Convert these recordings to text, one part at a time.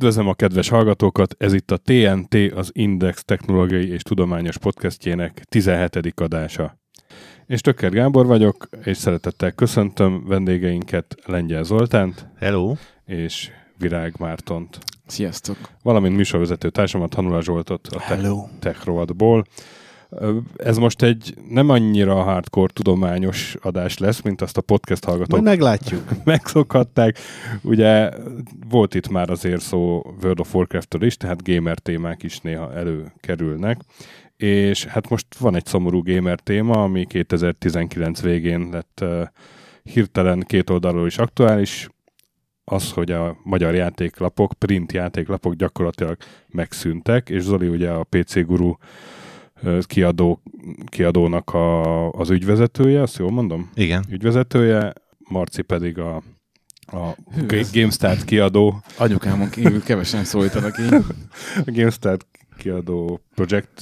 Üdvözlöm a kedves hallgatókat, ez itt a TNT, az Index technológiai és tudományos podcastjének 17. adása. Én Stöcker Gábor vagyok, és szeretettel köszöntöm vendégeinket, Lengyel Zoltánt. Hello! És Virág Mártont. Sziasztok! Valamint műsorvezető társamat, Hanula Zsoltot a Tech Rovatból. Ez most egy nem annyira hardcore tudományos adás lesz, mint azt a podcast hallgatók. Majd meglátjuk. Megszokhatták. Ugye volt itt már azért szó World of Warcraft-től is, tehát gamer témák is néha előkerülnek. És hát most van egy szomorú gamer téma, ami 2019 végén lett hirtelen két oldalról is aktuális. Az, hogy a magyar játéklapok, print játéklapok gyakorlatilag megszűntek, és Zoli ugye a PC Guru kiadónak az ügyvezetője, azt jól mondom? Igen. Ügyvezetője, Marci pedig a GameStart kiadó. Anyukámon kívül kevesen szólítanak így. A GameStart kiadó Project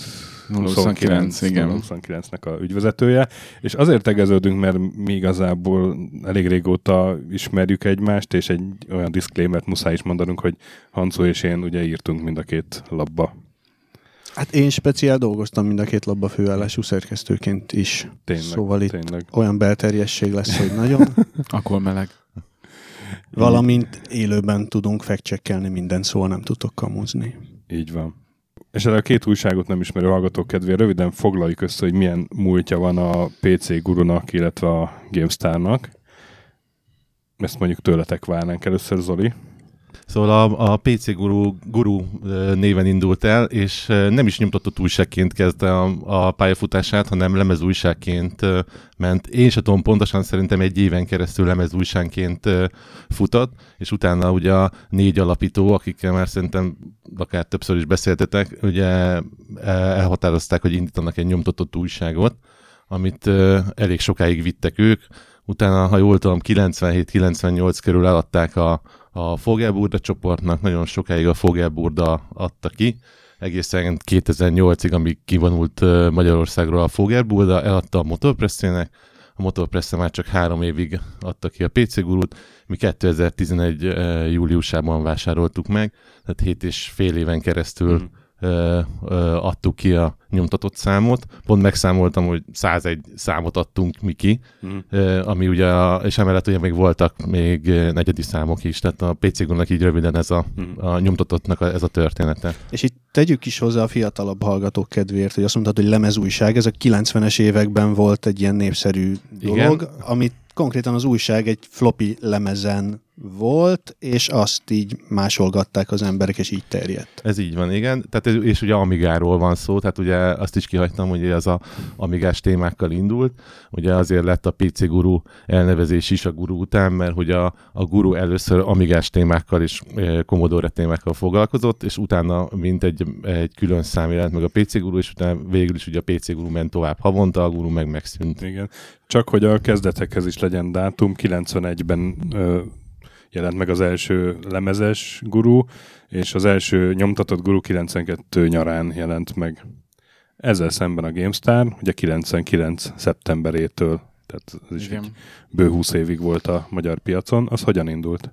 29-nek a ügyvezetője, és azért tegeződünk, mert mi igazából elég régóta ismerjük egymást, és egy olyan disclaimert muszáj is mondanunk, hogy Hancu és én ugye írtunk mind a két labba. Hát én speciál dolgoztam mind a két labba főállású szerkesztőként is. Tényleg, szóval itt tényleg. Olyan belterjesség lesz, hogy nagyon. Akkor meleg. Valamint élőben tudunk fact-checkelni minden, szóval nem tudok kamuzni. Így van. És erre a két újságot nem ismerő hallgatók kedvére röviden foglaljuk össze, hogy milyen múltja van a PC Gurunak, illetve a GameStarnak. Ezt mondjuk tőletek várnánk először, Zoli. Szóval a PC Guru néven indult el, és nem is nyomtatott újságként kezdte a pályafutását, hanem lemezújságként ment. Én sem tudom pontosan, szerintem egy éven keresztül lemezújságként futott, és utána ugye a 4 alapító, akikkel már szerintem akár többször is beszéltetek, ugye elhatározták, hogy indítanak egy nyomtatott újságot, amit elég sokáig vittek ők. Utána, ha jól tudom, 97-98 körül eladták a Fogelburda csoportnak, nagyon sokáig a Fogelburda adta ki, egészen 2008-ig, amíg kivonult Magyarországról a Fogelburda, eladta a Motorpress-nek, a Motorpress már csak 3 évig adta ki a PC Gurut, mi 2011 júliusában vásároltuk meg, tehát 7,5 éven keresztül adtuk ki a nyomtatott számot. Pont megszámoltam, hogy 101 számot adtunk mi ki, ami ugye, és emellett ugye még voltak még negyedi számok is, tehát a PC Gurnak így röviden ez a nyomtatottnak ez a története. És itt tegyük is hozzá a fiatalabb hallgatók kedvéért, hogy azt mondtad, hogy lemezújság, ez a 90-es években volt egy ilyen népszerű dolog, igen, amit konkrétan az újság egy floppy lemezen volt, és azt így másolgatták az emberek, és így terjedt. Ez így van, igen. Tehát és ugye Amigáról van szó, tehát ugye azt is kihagytam, hogy ez az Amigás témákkal indult. Ugye azért lett a PC Guru elnevezés is a Guru után, mert hogy a Guru először Amigás témákkal és Commodore témákkal foglalkozott, és utána mint egy külön szám jelent meg a PC Guru, és utána végül is ugye a PC Guru ment tovább havonta, a Guru meg megszűnt. Igen. Csak hogy a kezdetekhez is legyen dátum, 91-ben jelent meg az első lemezes Guru, és az első nyomtatott Guru 92 nyarán jelent meg. Ezzel szemben a GameStar, ugye 99 szeptemberétől, tehát ez is egy bő 20 évig volt a magyar piacon. Az hogyan indult?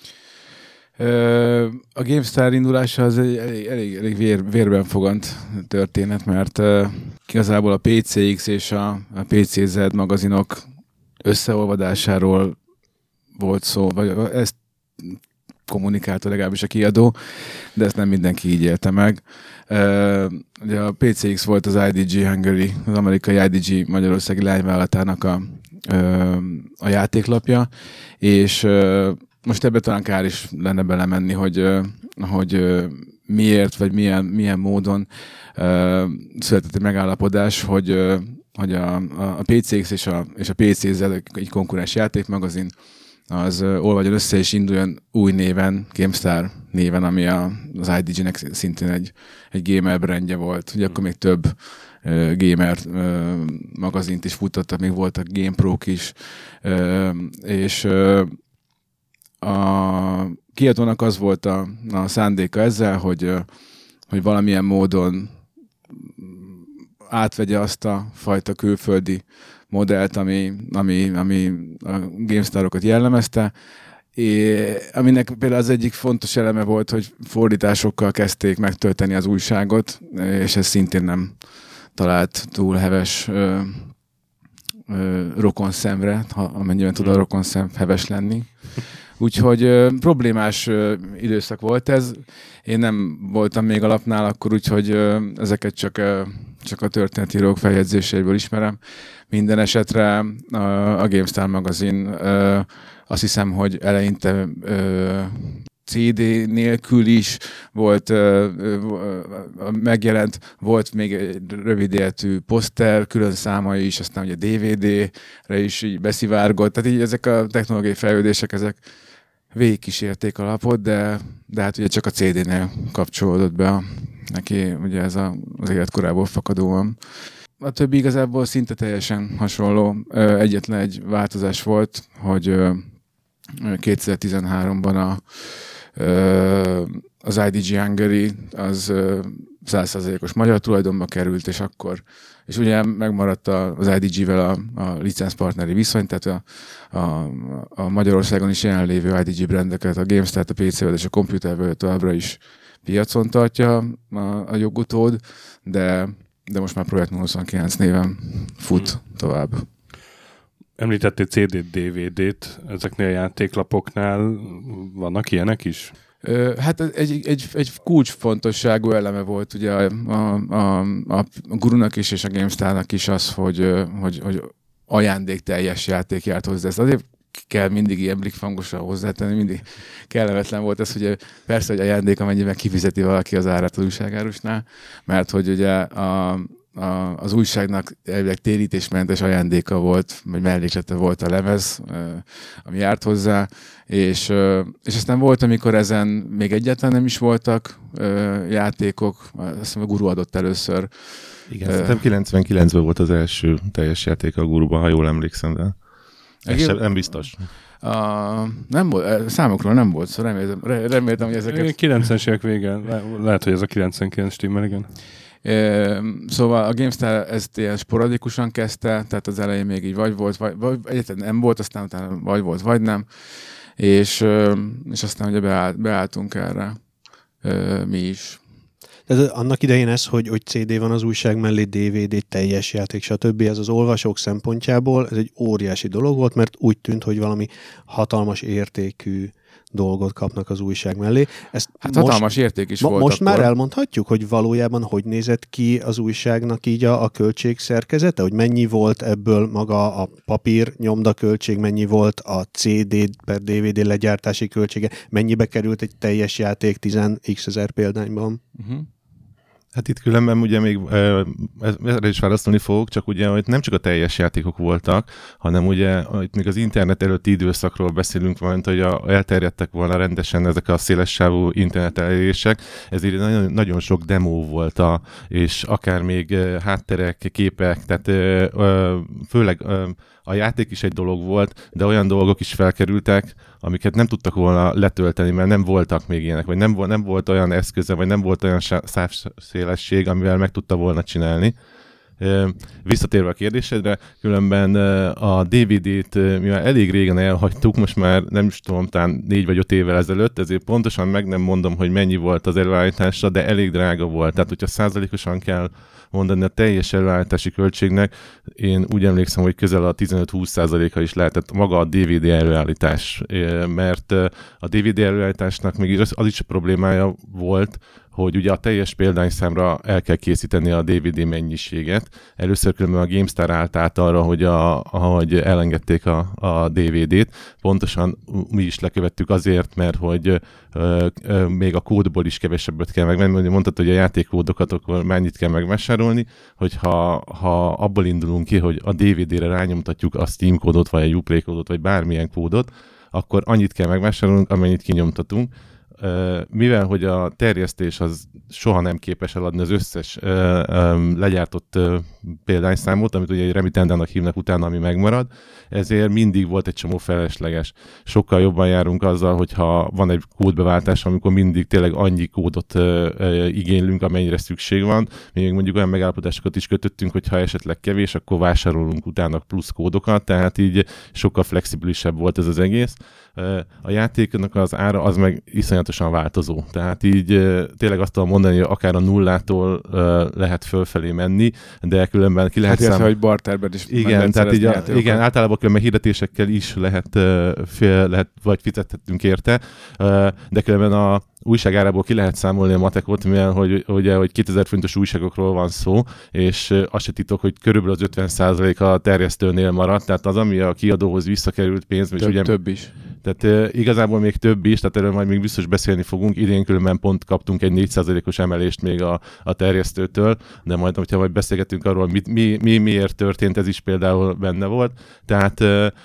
A GameStar indulása az egy elég vérben fogant történet, mert igazából a PCX és a PCZ magazinok összeolvadásáról volt szó, vagy ezt kommunikálta legalábbis a kiadó, de ezt nem mindenki így élte meg. Ugye a PCX volt az IDG Hungary, az amerikai IDG Magyarországi lányvállalatának a játéklapja, és most ebbe talán kár is lenne belemenni, hogy miért, vagy milyen módon született egy megállapodás, hogy a PCX és a PCZ egy konkurens játékmagazin az olvadjon össze és induljon új néven, GameStar néven, ami az IDG-nek szintén egy gamer brandje volt. Ugye akkor még több gamer magazint is futottak, még voltak GamePro-k is, és a kiadónak az volt a szándéka ezzel, hogy valamilyen módon átvegye azt a fajta külföldi modellt, ami a GameStar-okat jellemezte, aminek például az egyik fontos eleme volt, hogy fordításokkal kezdték megtölteni az újságot, és ez szintén nem talált túl heves rokonszemre, amennyiben tud a rokonszem heves lenni. Úgyhogy problémás időszak volt ez. Én nem voltam még a lapnál akkor, úgyhogy ezeket csak a történetírók feljegyzéseiből ismerem. Minden esetre a GameStar magazin azt hiszem, hogy eleinte CD nélkül is volt, megjelent, volt még egy rövid életű poszter, külön számai is, aztán ugye DVD-re is így beszivárgott, tehát így ezek a technológiai fejlődések, ezek végigkísérték a lapot, de hát ugye csak a CD-nél kapcsolódott be neki, ugye ez az életkorából fakadóan. A többi igazából szinte teljesen hasonló. Egyetlen egy változás volt, hogy 2013-ban az IDG Hungary az 100%-os magyar tulajdonba került, és ugye megmaradt az IDG-vel a licencpartneri viszony, tehát a Magyarországon is jelenlévő IDG brandeket, a GameStar, a PC-vel és a Computerworld továbbra is piacon tartja a jogutód, de most már Projekt 029 néven fut tovább. Említettél CD-t, DVD-t, ezeknél a játéklapoknál vannak ilyenek is? Hát egy kulcsfontosságú eleme volt ugye a Gurunak is és a GameStar-nak is az, hogy ajándékteljes játék járt hozzá. Ezt azért kell mindig ilyen blikfangosan hozzátenni, mindig kellemetlen volt ez, hogy persze, hogy ajándék, amennyiben kifizeti valaki az árát az újságárusnál, mert hogy ugye az újságnak elvileg térítésmentes ajándéka volt, vagy melléklete volt a lemez, ami járt hozzá, és aztán volt, amikor ezen még egyáltalán nem is voltak játékok, azt hiszem a Guru adott először. Igen, szerintem 99-ben volt az első teljes játék a Guruban, ha jól emlékszem, de nem biztos. Nem volt, számokról nem volt, szóval reméltem, hogy ezeket... 90-es évek végén, lehet, hogy ez a 99 stimmel, igen. Szóval a GameStar ezt ilyen sporadikusan kezdte, tehát az elején még így vagy volt, vagy egyáltalán nem volt, aztán utána vagy volt, vagy nem, és aztán ugye beálltunk erre mi is. Tehát annak idején ez, hogy CD van az újság mellé, DVD, teljes játék, stb. Ez az olvasók szempontjából ez egy óriási dolog volt, mert úgy tűnt, hogy valami hatalmas értékű dolgot kapnak az újság mellé. Hát hatalmas érték is volt most akkor. Már elmondhatjuk, hogy valójában hogy nézett ki az újságnak így a költségszerkezete? Hogy mennyi volt ebből maga a papír nyomdaköltség, mennyi volt a CD per DVD legyártási költsége, mennyibe került egy teljes játék 10x ezer példányban? Hát itt különben ugye még erre is válaszolni fogok, csak ugye hogy nem csak a teljes játékok voltak, hanem ugye itt még az internet előtti időszakról beszélünk, mert hogy elterjedtek volna rendesen ezek a szélessávú internet elérések, ezért nagyon, nagyon sok demo volt, és akár még hátterek, képek, tehát főleg a játék is egy dolog volt, de olyan dolgok is felkerültek, amiket nem tudtak volna letölteni, mert nem voltak még ilyenek, vagy nem volt olyan eszköze, vagy nem volt olyan szélesség, amivel meg tudta volna csinálni. Visszatérve a kérdésedre, különben a DVD-t, mivel elég régen elhagytuk, most már nem is tudom, talán 4 vagy 5 évvel ezelőtt, ezért pontosan meg nem mondom, hogy mennyi volt az előállítása, de elég drága volt. Tehát, hogyha százalékosan kell mondani a teljes előállítási költségnek, én úgy emlékszem, hogy közel a 15-20%-a is lehetett maga a DVD előállítás, mert a DVD előállításnak még az is a problémája volt, hogy ugye a teljes példányszámra el kell készíteni a DVD mennyiséget. Először különben a GameStar állt át arra, hogy ahogy elengedték a DVD-t, pontosan mi is lekövettük azért, mert hogy még a kódból is kevesebbet kell megvenni. Mondtad, hogy a játékkódokat akkor mennyit kell megvásárolni, hogyha abból indulunk ki, hogy a DVD-re rányomtatjuk a Steam kódot, vagy a Uplay kódot, vagy bármilyen kódot, akkor annyit kell megvásárolnunk, amennyit kinyomtatunk. mivel hogy a terjesztés az soha nem képes eladni az összes legyártott példányszámot, amit ugye egy remittendának hívnak utána, ami megmarad, ezért mindig volt egy csomó felesleges. Sokkal jobban járunk azzal, hogyha van egy kódbeváltás, amikor mindig tényleg annyi kódot igénylünk, amennyire szükség van. Még mondjuk olyan megállapodásokat is kötöttünk, hogy ha esetleg kevés, akkor vásárolunk utána plusz kódokat, tehát így sokkal flexibilisebb volt ez az egész. A játéknak az ára az meg iszonyatosan változó. Tehát így tényleg azt tudom mondani, hogy akár a nullától lehet fölfelé menni, de különben ki lehet számolni. hogy barterben is igen, tehát így igen, általában különben hirdetésekkel is lehet vagy fizethetünk érte, de különben a újságárából ki lehet számolni a matekot, mivel hogy 2000 forintos újságokról van szó, és azt se titok, hogy körülbelül az 50% a terjesztőnél maradt, tehát az, ami a kiadóhoz visszakerült pénz, több is. Tehát igazából még több is, tehát erről majd még biztos beszélni fogunk. Idén különben pont kaptunk egy 4%-os emelést még a terjesztőtől, de majd, hogyha majd beszélgetünk arról, miért történt, ez is például benne volt. Tehát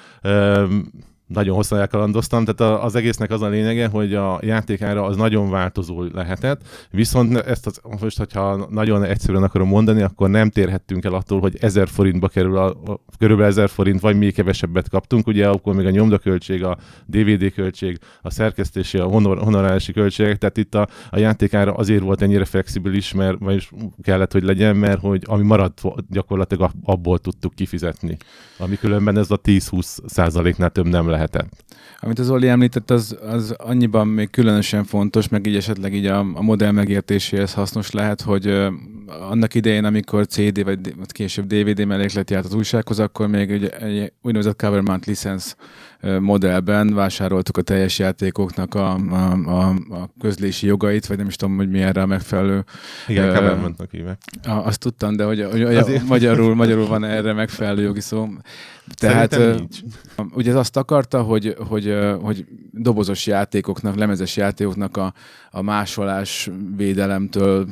nagyon hosszan elkalandoztam, tehát az egésznek az a lényege, hogy a játékára az nagyon változó lehetett, viszont ezt most, hogyha nagyon egyszerűen akarom mondani, akkor nem térhettünk el attól, hogy 1000 forintba kerül, körülbelül 1000 forint, vagy még kevesebbet kaptunk, ugye akkor még a nyomdaköltség, a DVD költség, a szerkesztési, a honorálási költségek, tehát itt a játékára azért volt ennyire flexibilis, mert vagyis kellett, hogy legyen, mert hogy ami maradt gyakorlatilag abból tudtuk kifizetni. Ami különben ez a 10-20%-nál több nem lehetett. Amit az Oli említett, az annyiban még különösen fontos, meg így esetleg így a modell megértéséhez hasznos lehet, hogy annak idején, amikor CD vagy később DVD melléklet járt az újsághoz, akkor még egy úgynevezett cover mount license modellben vásároltuk a teljes játékoknak a közlési jogait, vagy nem is tudom, hogy mi erre a megfelelő. Igen, cover mountnak hívják. Azt tudtam, de hogy magyarul van erre megfelelő jogi szó. Tehát ugye ez azt akarta, hogy dobozos játékoknak, lemezes játékoknak a másolás védelemtől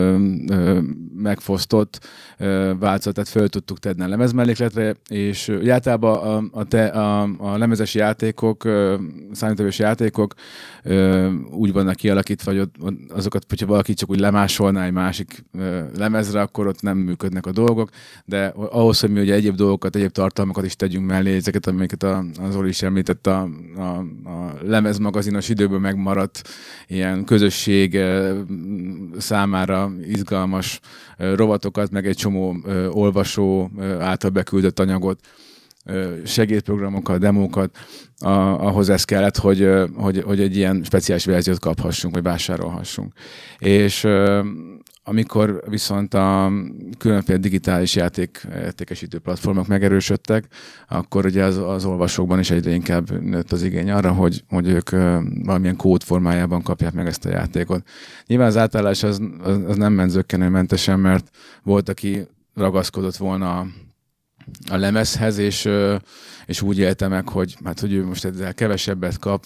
megfosztott változatot föl tudtuk tenni a lemezmellékletre, és általában a lemezes játékok, számítógépes játékok úgy vannak kialakítva, hogy azokat, hogyha valaki csak úgy lemásolná egy másik lemezre, akkor ott nem működnek a dolgok, de ahhoz, hogy mi ugye egyéb dolgokat, egyéb tartalmakat is tegyünk mellé, ezeket, amiket az Oli is említett, a lemezmagazinos időből megmaradt ilyen közösség számára izgalmas rovatokat, meg egy csomó olvasó által beküldött anyagot, segédprogramokat, demókat, ahhoz ez kellett, hogy egy ilyen speciális verziót kaphassunk, vagy vásárolhassunk. És amikor viszont a különféle digitális értékesítő platformok megerősödtek, akkor ugye az olvasókban is egyre inkább nőtt az igény arra, hogy ők valamilyen kód formájában kapják meg ezt a játékot. Nyilván az átállás az nem ment zökkenőmentesen, mert volt, aki ragaszkodott volna a lemezhez, és úgy élte meg, hogy ő most ezzel kevesebbet kap,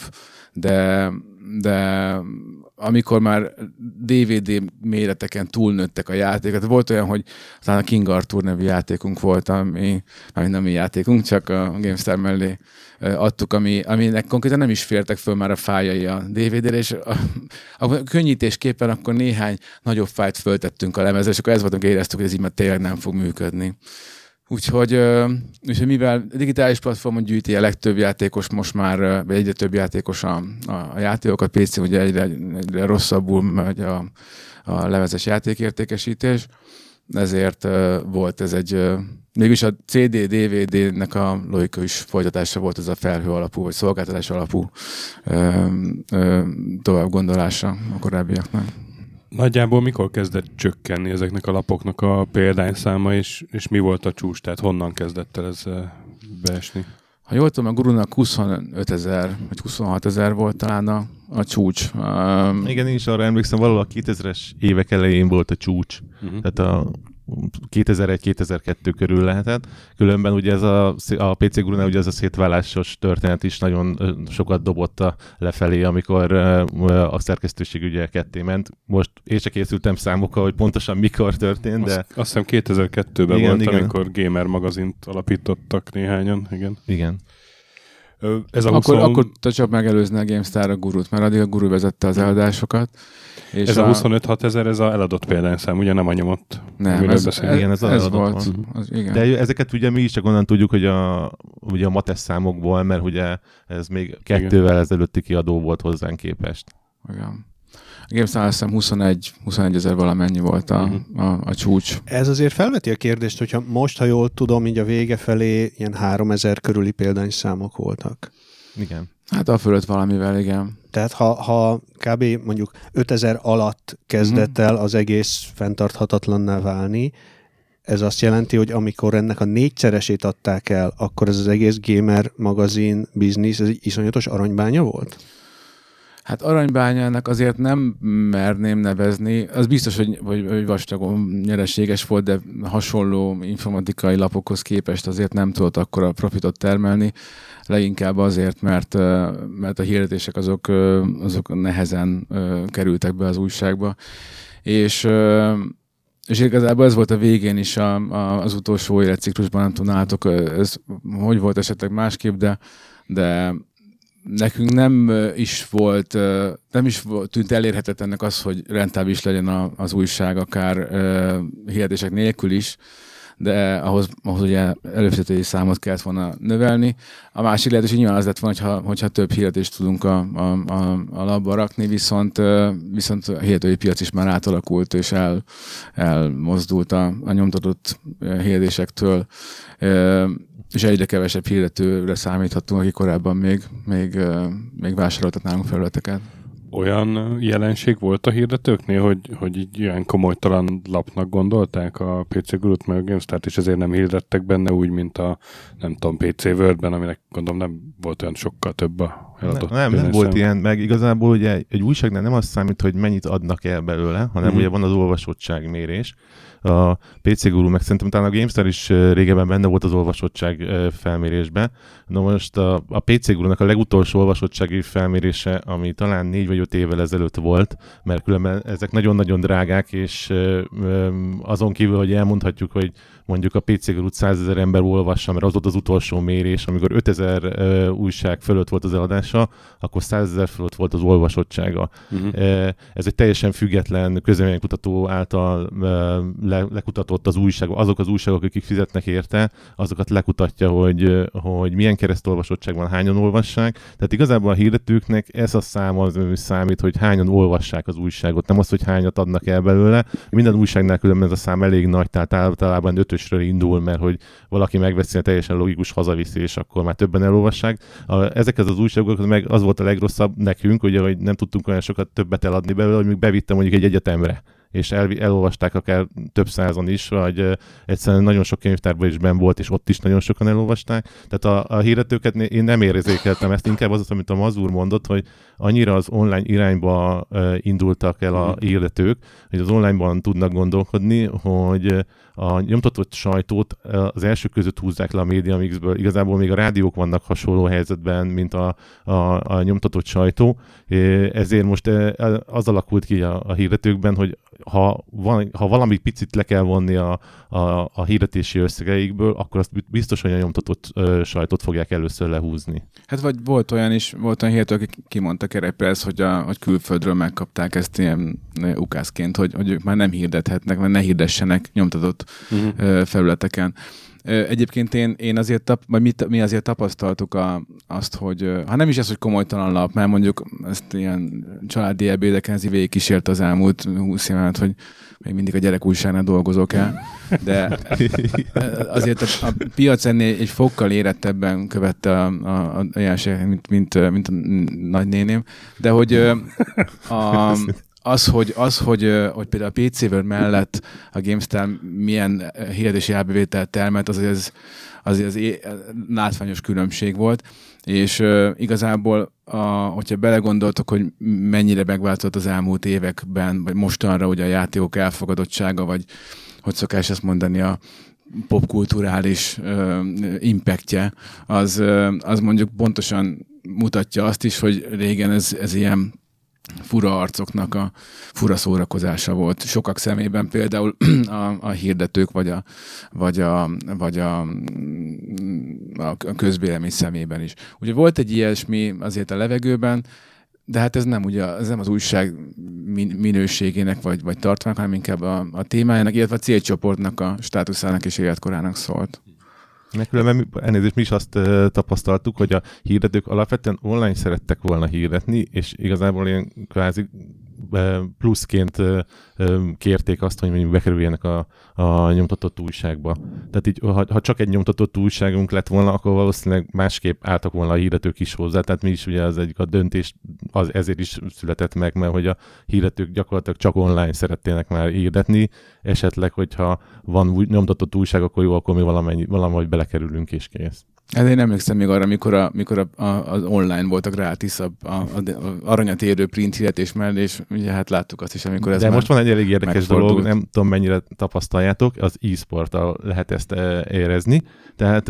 de amikor már DVD méreteken túlnőttek a játékok, volt olyan, hogy talán a King Arthur nevű játékunk volt, ami nem mi játékunk, csak a GameStar mellé adtuk, aminek konkrétan nem is fértek föl már a fájai a DVD-re, és a könnyítésképpen akkor néhány nagyobb fájt föltettünk a lemezre, és akkor ez volt, amikor éreztük, hogy ez így már tényleg nem fog működni. Úgyhogy mivel digitális platformon gyűjti a legtöbb játékos most már, vagy egyre több játékos a játékokat, PC ugye egyre rosszabbul megy a lemezes játékértékesítés, ezért volt ez mégis a CD-DVD-nek a logikus folytatása volt ez a felhő alapú, vagy szolgáltatás alapú tovább gondolása a korábbiaknak. Nagyjából mikor kezdett csökkenni ezeknek a lapoknak a példányszáma, és mi volt a csúcs? Tehát honnan kezdett el ez beesni? Ha jól tudom, a Gurunak 25 000 vagy 26 000 volt talán a csúcs. Igen, én is arra emlékszem, valahol a 2000-es évek elején volt a csúcs. Tehát a 2001-2002 körül lehetett. Különben ugye ez a PC Gurunál ugye ez a szétválásos történet is nagyon sokat dobott lefelé, amikor a szerkesztőség ugye ketté ment. Most én se készültem számokkal, hogy pontosan mikor történt, de... Azt hiszem 2002-ben volt, amikor Gamer magazint alapítottak néhányan, igen. Igen. Ez a Akkor csak megelőzne a GameStar a Gurút, mert addig a Guru vezette az eladásokat. És ez a 25 000, ez a eladott példányszám, ugye nem a nyomott? Nem, ez volt. Igen. De ezeket ugye mi is csak onnan tudjuk, hogy ugye a Mates számokból, mert ugye ez még 2-vel ezelőtti kiadó volt hozzánk képest. Igen. A GameStar azt hiszem 21 000 valamennyi volt a csúcs. Ez azért felveti a kérdést, hogyha most, ha jól tudom, így a vége felé ilyen 3000 körüli példányszámok voltak. Igen. Hát a fölött valamivel, igen. Tehát ha kb. Mondjuk 5000 alatt kezdett el az egész fenntarthatatlanná válni, ez azt jelenti, hogy amikor ennek a 4-szeresét adták el, akkor ez az egész gamer magazin biznisz, ez egy iszonyatos aranybánya volt? Hát aranybányának azért nem merném nevezni. Az biztos, hogy vastagon nyereséges volt, de hasonló informatikai lapokhoz képest azért nem tudott akkora profitot termelni. Leginkább azért, mert a hirdetések azok nehezen kerültek be az újságba. És igazából ez volt a végén is az utolsó életciklusban, nem tudnátok, ez hogy volt esetleg másképp, de nekünk nem is tűnt elérhetetlennek az, hogy rentábilis legyen az újság, akár hirdetések nélkül is, de ahhoz ugye előfizetői számot kellett volna növelni. A másik lehetőség nyilván az lett volna, hogyha több hirdetést tudunk a labba rakni, viszont a hirdetői piac is már átalakult, és elmozdult a nyomtatott hirdetésektől, és egyre kevesebb hirdetőre számíthatunk, aki korábban még vásároltak nálunk felületeket. Olyan jelenség volt a hirdetőknél, hogy így ilyen komolytalan lapnak gondolták a PC Gurút meg a GameStart, és ezért nem hirdettek benne úgy, mint a nem tudom, PC Wordben, aminek gondolom nem volt olyan sokkal több a eladott. Nem volt ilyen, meg igazából ugye egy újságnál nem az számít, hogy mennyit adnak el belőle, hanem ugye van az olvasottságmérés. A PC Guru, meg szerintem talán a GameStar is régebben benne volt az olvasottság felmérésben. Na most a PC Gurunak a legutolsó olvasottsági felmérése, ami talán 4 vagy 5 évvel ezelőtt volt, mert különben ezek nagyon-nagyon drágák, és azon kívül, hogy elmondhatjuk, hogy mondjuk a PC Gurút 100 000 ember olvassa, mert az volt az utolsó mérés, amikor 5000 újság fölött volt az eladása, akkor 100 000 fölött volt az olvasottsága. Ez egy teljesen független közvéleménykutató által lekutatott az újságok, azok az újságok, akik fizetnek érte, azokat lekutatja, hogy milyen keresztolvasottság van, hányan olvassák. Tehát igazából a hirdetőknek ez a szám az, ami számít, hogy hányan olvassák az újságot, nem az, hogy hányat adnak el belőle. Minden újságnál különben ez a szám elég nagy, tehát általában 5-ösről indul, mert hogy valaki megveszi, a teljesen logikus hazaviszi, és akkor már többen elolvassák. Ezeket az újságokat meg az volt a legrosszabb nekünk, ugye, hogy nem tudtunk olyan sokat többet eladni belőle, hogy még bevittem mondjuk egy egyetemre, és elolvasták akár több százan is, vagy egyszerűen nagyon sok könyvtárban is benn volt, és ott is nagyon sokan elolvasták. Tehát a hirdetőket én nem érzékeltem ezt, inkább az, amit a Mazur mondott, hogy annyira az online irányba indultak el a hirdetők, hogy az onlineban tudnak gondolkodni, hogy a nyomtatott sajtót az első között húzzák le a MediaMixből. Igazából még a rádiók vannak hasonló helyzetben, mint a nyomtatott sajtó. Ezért most az alakult ki a hirdetőkben, hogy ha valami picit le kell vonni a hirdetési összegeikből, akkor azt biztos, hogy a nyomtatott sajtót fogják először lehúzni. Hát vagy volt olyan hirdető, akik kimondtak erre persze, hogy külföldről megkapták ezt ilyen ukászként, hogy ők már nem hirdethetnek, mert ne hirdessenek nyomtatott felületeken. Egyébként én azért, mi azért tapasztaltuk azt, hogy ha nem is ez, hogy komolytalan lap, mert mondjuk ezt ilyen családi ebédeken végigkísért az elmúlt 20 évet, hogy még mindig a gyerekújságnál dolgozok el, de azért a piac ennél egy fokkal érettebben követte a jelenséget, mint a nagynéném, de hogy Az, hogy például a PC World mellett a GameStar milyen hirdetési árbevételt termelt, az látványos különbség volt, és igazából, hogyha belegondoltok, hogy mennyire megváltozott az elmúlt években, vagy mostanra ugye a játékok elfogadottsága, vagy hogy szokás ezt mondani, a popkulturális impactje, az mondjuk pontosan mutatja azt is, hogy régen ez ilyen fura arcoknak a fura szórakozása volt. Sokak szemében például a hirdetők, vagy a közvélemény szemében is. Ugye volt egy ilyesmi azért a levegőben, de hát ez nem, ugye, ez nem az újság minőségének vagy tartalmának, hanem inkább a témájának, illetve a célcsoportnak a státuszának és életkorának szólt. Különben elnézést, mi is azt tapasztaltuk, hogy a hirdetők alapvetően online szerettek volna hirdetni, és igazából ilyen kvázi pluszként kérték azt, hogy mondjuk bekerüljenek a nyomtatott újságba. Tehát így, ha csak egy nyomtatott újságunk lett volna, akkor valószínűleg másképp álltak volna a hirdetők is hozzá. Tehát mi is ugye az egyik a döntés ezért is született meg, mert hogy a hirdetők gyakorlatilag csak online szeretnének már hirdetni. Esetleg, hogyha van nyomtatott újság, akkor jó, akkor mi valahogy belekerülünk és kész. Hát én emlékszem még arra, mikor az online volt a gratis, a aranyat érő print hirdetés mellé, és ugye hát láttuk azt is, amikor ez de most van egy elég érdekes megfordult dolog, nem tudom mennyire tapasztaljátok, az e-sporttal lehet ezt érezni. Tehát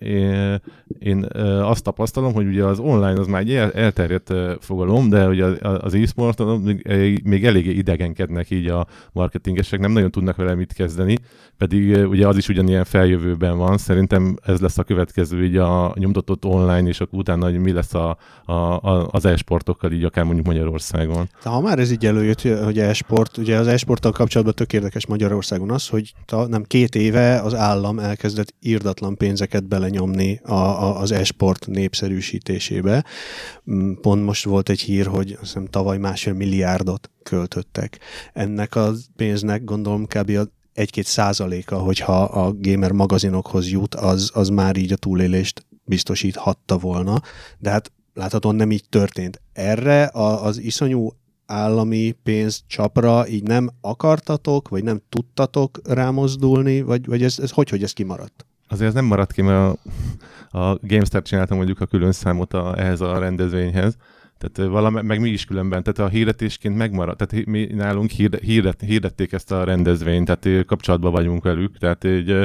én azt tapasztalom, hogy ugye az online az már egy elterjedt fogalom, de ugye az e-sport még eléggé idegenkednek így a marketingesek, nem nagyon tudnak vele mit kezdeni, pedig ugye az is ugyanilyen feljövőben van. Szerintem ez lesz a következő így a nyomtatott online, és akkor utána, hogy mi lesz az e-sportokkal így akár mondjuk Magyarországon. De ha már ez így előjött, hogy e-sport, ugye az e-sporttal kapcsolatban tök érdekes Magyarországon az, hogy nem 2 éve az állam elkezdett irdatlan pénzeket belenyomni az e-sport népszerűsítésébe. Pont most volt egy hír, hogy azt hiszem tavaly 1,5 milliárdot költöttek. Ennek a pénznek gondolom kb. 1-2%, hogyha a gamer magazinokhoz jut, az már így a túlélést biztosíthatta volna, de hát láthatóan nem így történt. Erre az iszonyú állami pénzcsapra így nem akartatok, vagy nem tudtatok rámozdulni, vagy ez hogy ez kimaradt? Azért ez nem maradt ki, mert a GameStar csinálta mondjuk a külön számot ehhez a rendezvényhez, tehát meg mi is különben, tehát a hirdetésként megmaradt, tehát mi nálunk hirdették ezt a rendezvényt, tehát kapcsolatban vagyunk velük, tehát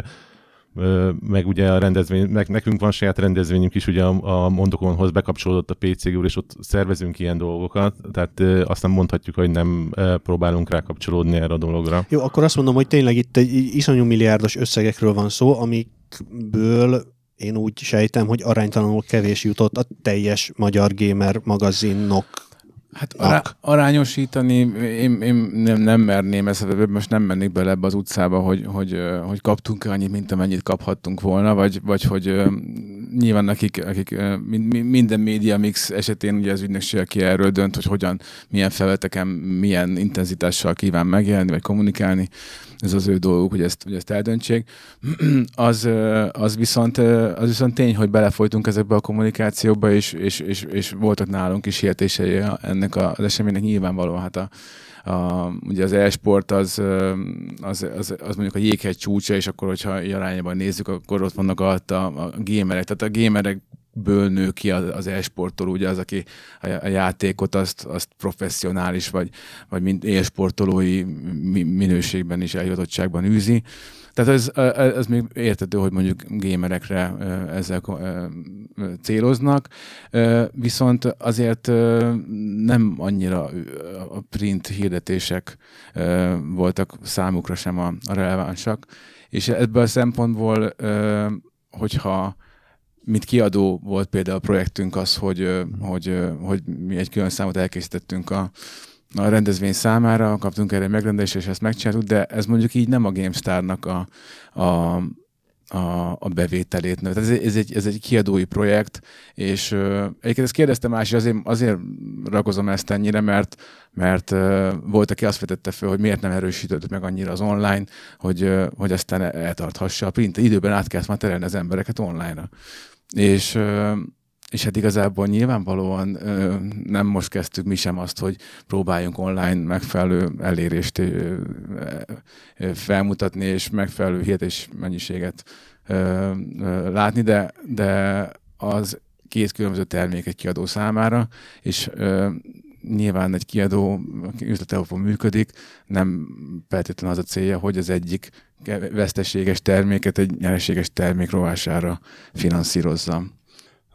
meg ugye a rendezvény, nekünk van saját rendezvényünk is, ugye a Mondokonhoz bekapcsolódott a PC Guru, és ott szervezünk ilyen dolgokat, tehát azt nem mondhatjuk, hogy nem próbálunk rákapcsolódni erre a dologra. Jó, akkor azt mondom, hogy tényleg itt egy iszonyú milliárdos összegekről van szó, amikből én úgy sejtem, hogy aránytalanul kevés jutott a teljes magyar gamer magazinok. Hát arányosítani én nem merném ezt, most nem mennék bele ebbe az utcába, hogy kaptunk annyit, mint amennyit kaphattunk volna, vagy hogy nyilván akik minden média mix esetén ugye az ügynökség, aki erről dönt, hogy milyen felületeken, milyen intenzitással kíván megjelenni, vagy kommunikálni, ez az ő dolguk, hogy ezt eldöntsék. Az viszont tény, hogy belefolytunk ezekbe a kommunikációba, és voltak nálunk is hirdetései ennek az eseménynek nyilvánvalóan. Hát ugye az e-sport az mondjuk a jéghegy csúcsa, és akkor, hogyha arányában nézzük, akkor ott vannak alatta a gémerek. Tehát a gémerekből nő ki az e-sportoló, ugye az, aki a játékot azt professzionális, vagy mint e-sportolói minőségben és elhivatottságban űzi. Tehát ez még értető, hogy mondjuk gamerekre ezzel céloznak, viszont azért nem annyira a print hirdetések voltak számukra sem a relevánsak, és ebből a szempontból, hogyha mint kiadó volt például a projektünk az, hogy mi egy külön számot elkészítettünk a rendezvény számára, kaptunk erre megrendelést, és ezt megcsináltuk, de ez mondjuk így nem a GameStar-nak a bevételét. Tehát ez egy kiadói projekt, és egyébként ezt kérdeztem más, és azért rakozom ezt ennyire, mert volt, aki azt vetette fel, hogy miért nem erősítődött meg annyira az online, hogy aztán eltarthassa a print. Időben át kellett már terelni az embereket online-ra. És hát igazából nyilvánvalóan nem most kezdtük mi sem azt, hogy próbáljunk online megfelelő elérést felmutatni, és megfelelő hirdetés mennyiséget látni, de az 2 különböző termék egy kiadó számára, és nyilván egy kiadó üzletállapon működik, nem feltétlenül az a célja, hogy az egyik veszteséges terméket egy nyereséges termék rovására finanszírozza.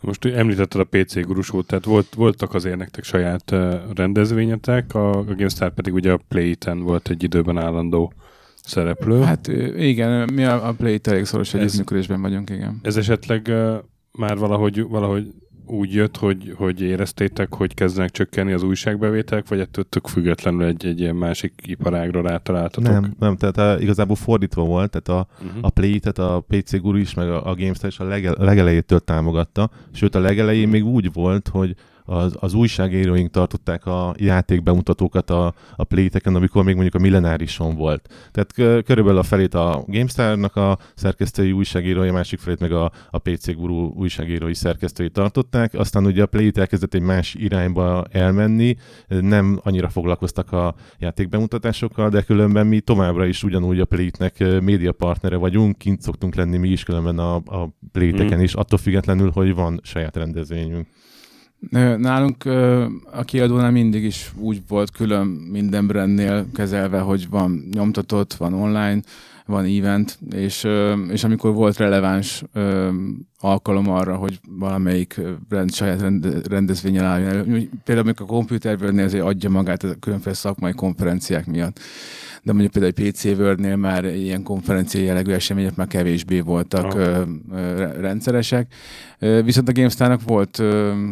Most említetted a PC gurusót, tehát voltak azért nektek saját rendezvényetek, a GameStar pedig ugye a Play-ten volt egy időben állandó szereplő. Hát igen, mi a Play-t elég szoros együttműködésben vagyunk, igen. Ez esetleg már valahogy úgy jött, hogy éreztétek, hogy kezdenek csökkenni az újságbevételek, vagy ettől tök függetlenül egy ilyen másik iparágra rátaláltatok? Nem, tehát igazából fordítva volt, tehát a Play, tehát a PC Guru is, meg a GameStar is a legelejétől támogatta, sőt a legelején még úgy volt, hogy az újságíróink tartották a játékbemutatókat a Play-teken, amikor még mondjuk a millenárison volt. Tehát körülbelül a felét a GameStar-nak a szerkesztői újságírói, a másik felét meg a PC Guru újságírói szerkesztői tartották. Aztán ugye a Play-t elkezdett egy más irányba elmenni, nem annyira foglalkoztak a játékbemutatásokkal, de különben mi továbbra is ugyanúgy a Play-nek médiapartnere vagyunk, kint szoktunk lenni mi is különben a Play-teken is, attól függetlenül, hogy van saját rendezvényünk. Nálunk a kiadónál mindig is úgy volt külön minden brandnél kezelve, hogy van nyomtatott, van online, van event, és amikor volt releváns alkalom arra, hogy valamelyik brand saját rendezvényen álljon. Például amikor a Computer World-nél azért adja magát a különféle szakmai konferenciák miatt. De mondjuk például a PC World-nél már ilyen konferencia jellegű események már kevésbé voltak rendszeresek. Viszont a GameStar-nak volt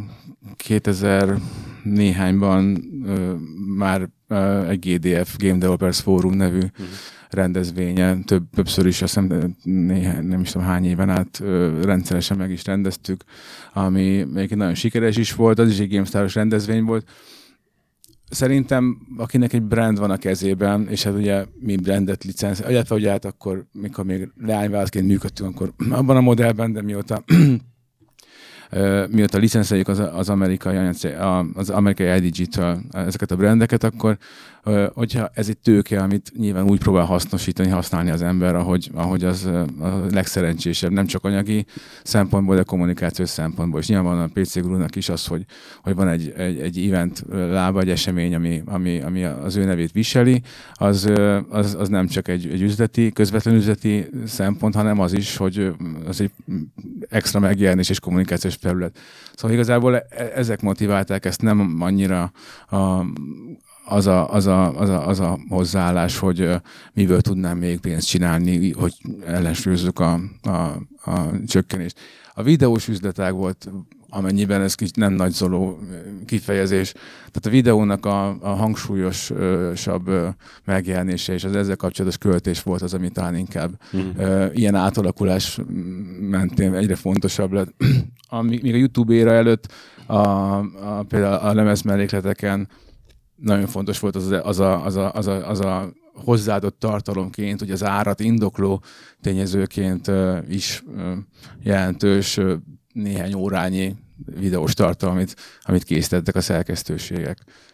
2000 néhányban már egy GDF, Game Developers Forum nevű rendezvénye, többször is, azt hiszem, nem is tudom hány éven át rendszeresen meg is rendeztük, ami egyébként nagyon sikeres is volt, az is egy GameStar-os rendezvény volt. Szerintem, akinek egy brand van a kezében, és hát ugye mi brandet licensz, illetve ugye hát akkor, mikor még leányvállalatként működtünk, akkor abban a modellben, de mióta licenszeljük az amerikai IDG-től ezeket a brandeket, akkor hogyha ez egy tőke, amit nyilván úgy próbál használni az ember, ahogy az a legszerencsésebb, nem csak anyagi szempontból, de kommunikációs szempontból. És nyilván a PC Guru-nak is az, hogy van egy event lába, egy esemény, ami az ő nevét viseli, az nem csak egy közvetlen üzleti szempont, hanem az is, hogy az egy extra megjelenés és kommunikációs terület. Szóval igazából ezek motiválták ezt, nem annyira az a hozzáállás, hogy miből tudnám még pénzt csinálni, hogy ellensúlyozzuk a csökkenést. A videós üzletág volt, amennyiben ez nem nagyzoló kifejezés. Tehát a videónak a hangsúlyosabb megjelenése és az ezzel kapcsolatos költés volt az, ami talán inkább ilyen átalakulás mentén egyre fontosabb lett. Míg a YouTube éra előtt például a lemezmellékleteken nagyon fontos volt az a hozzáadott tartalomként, hogy az árat indokló tényezőként is jelentős néhány órányi videós tartalom, amit készítettek a szerkesztőségek.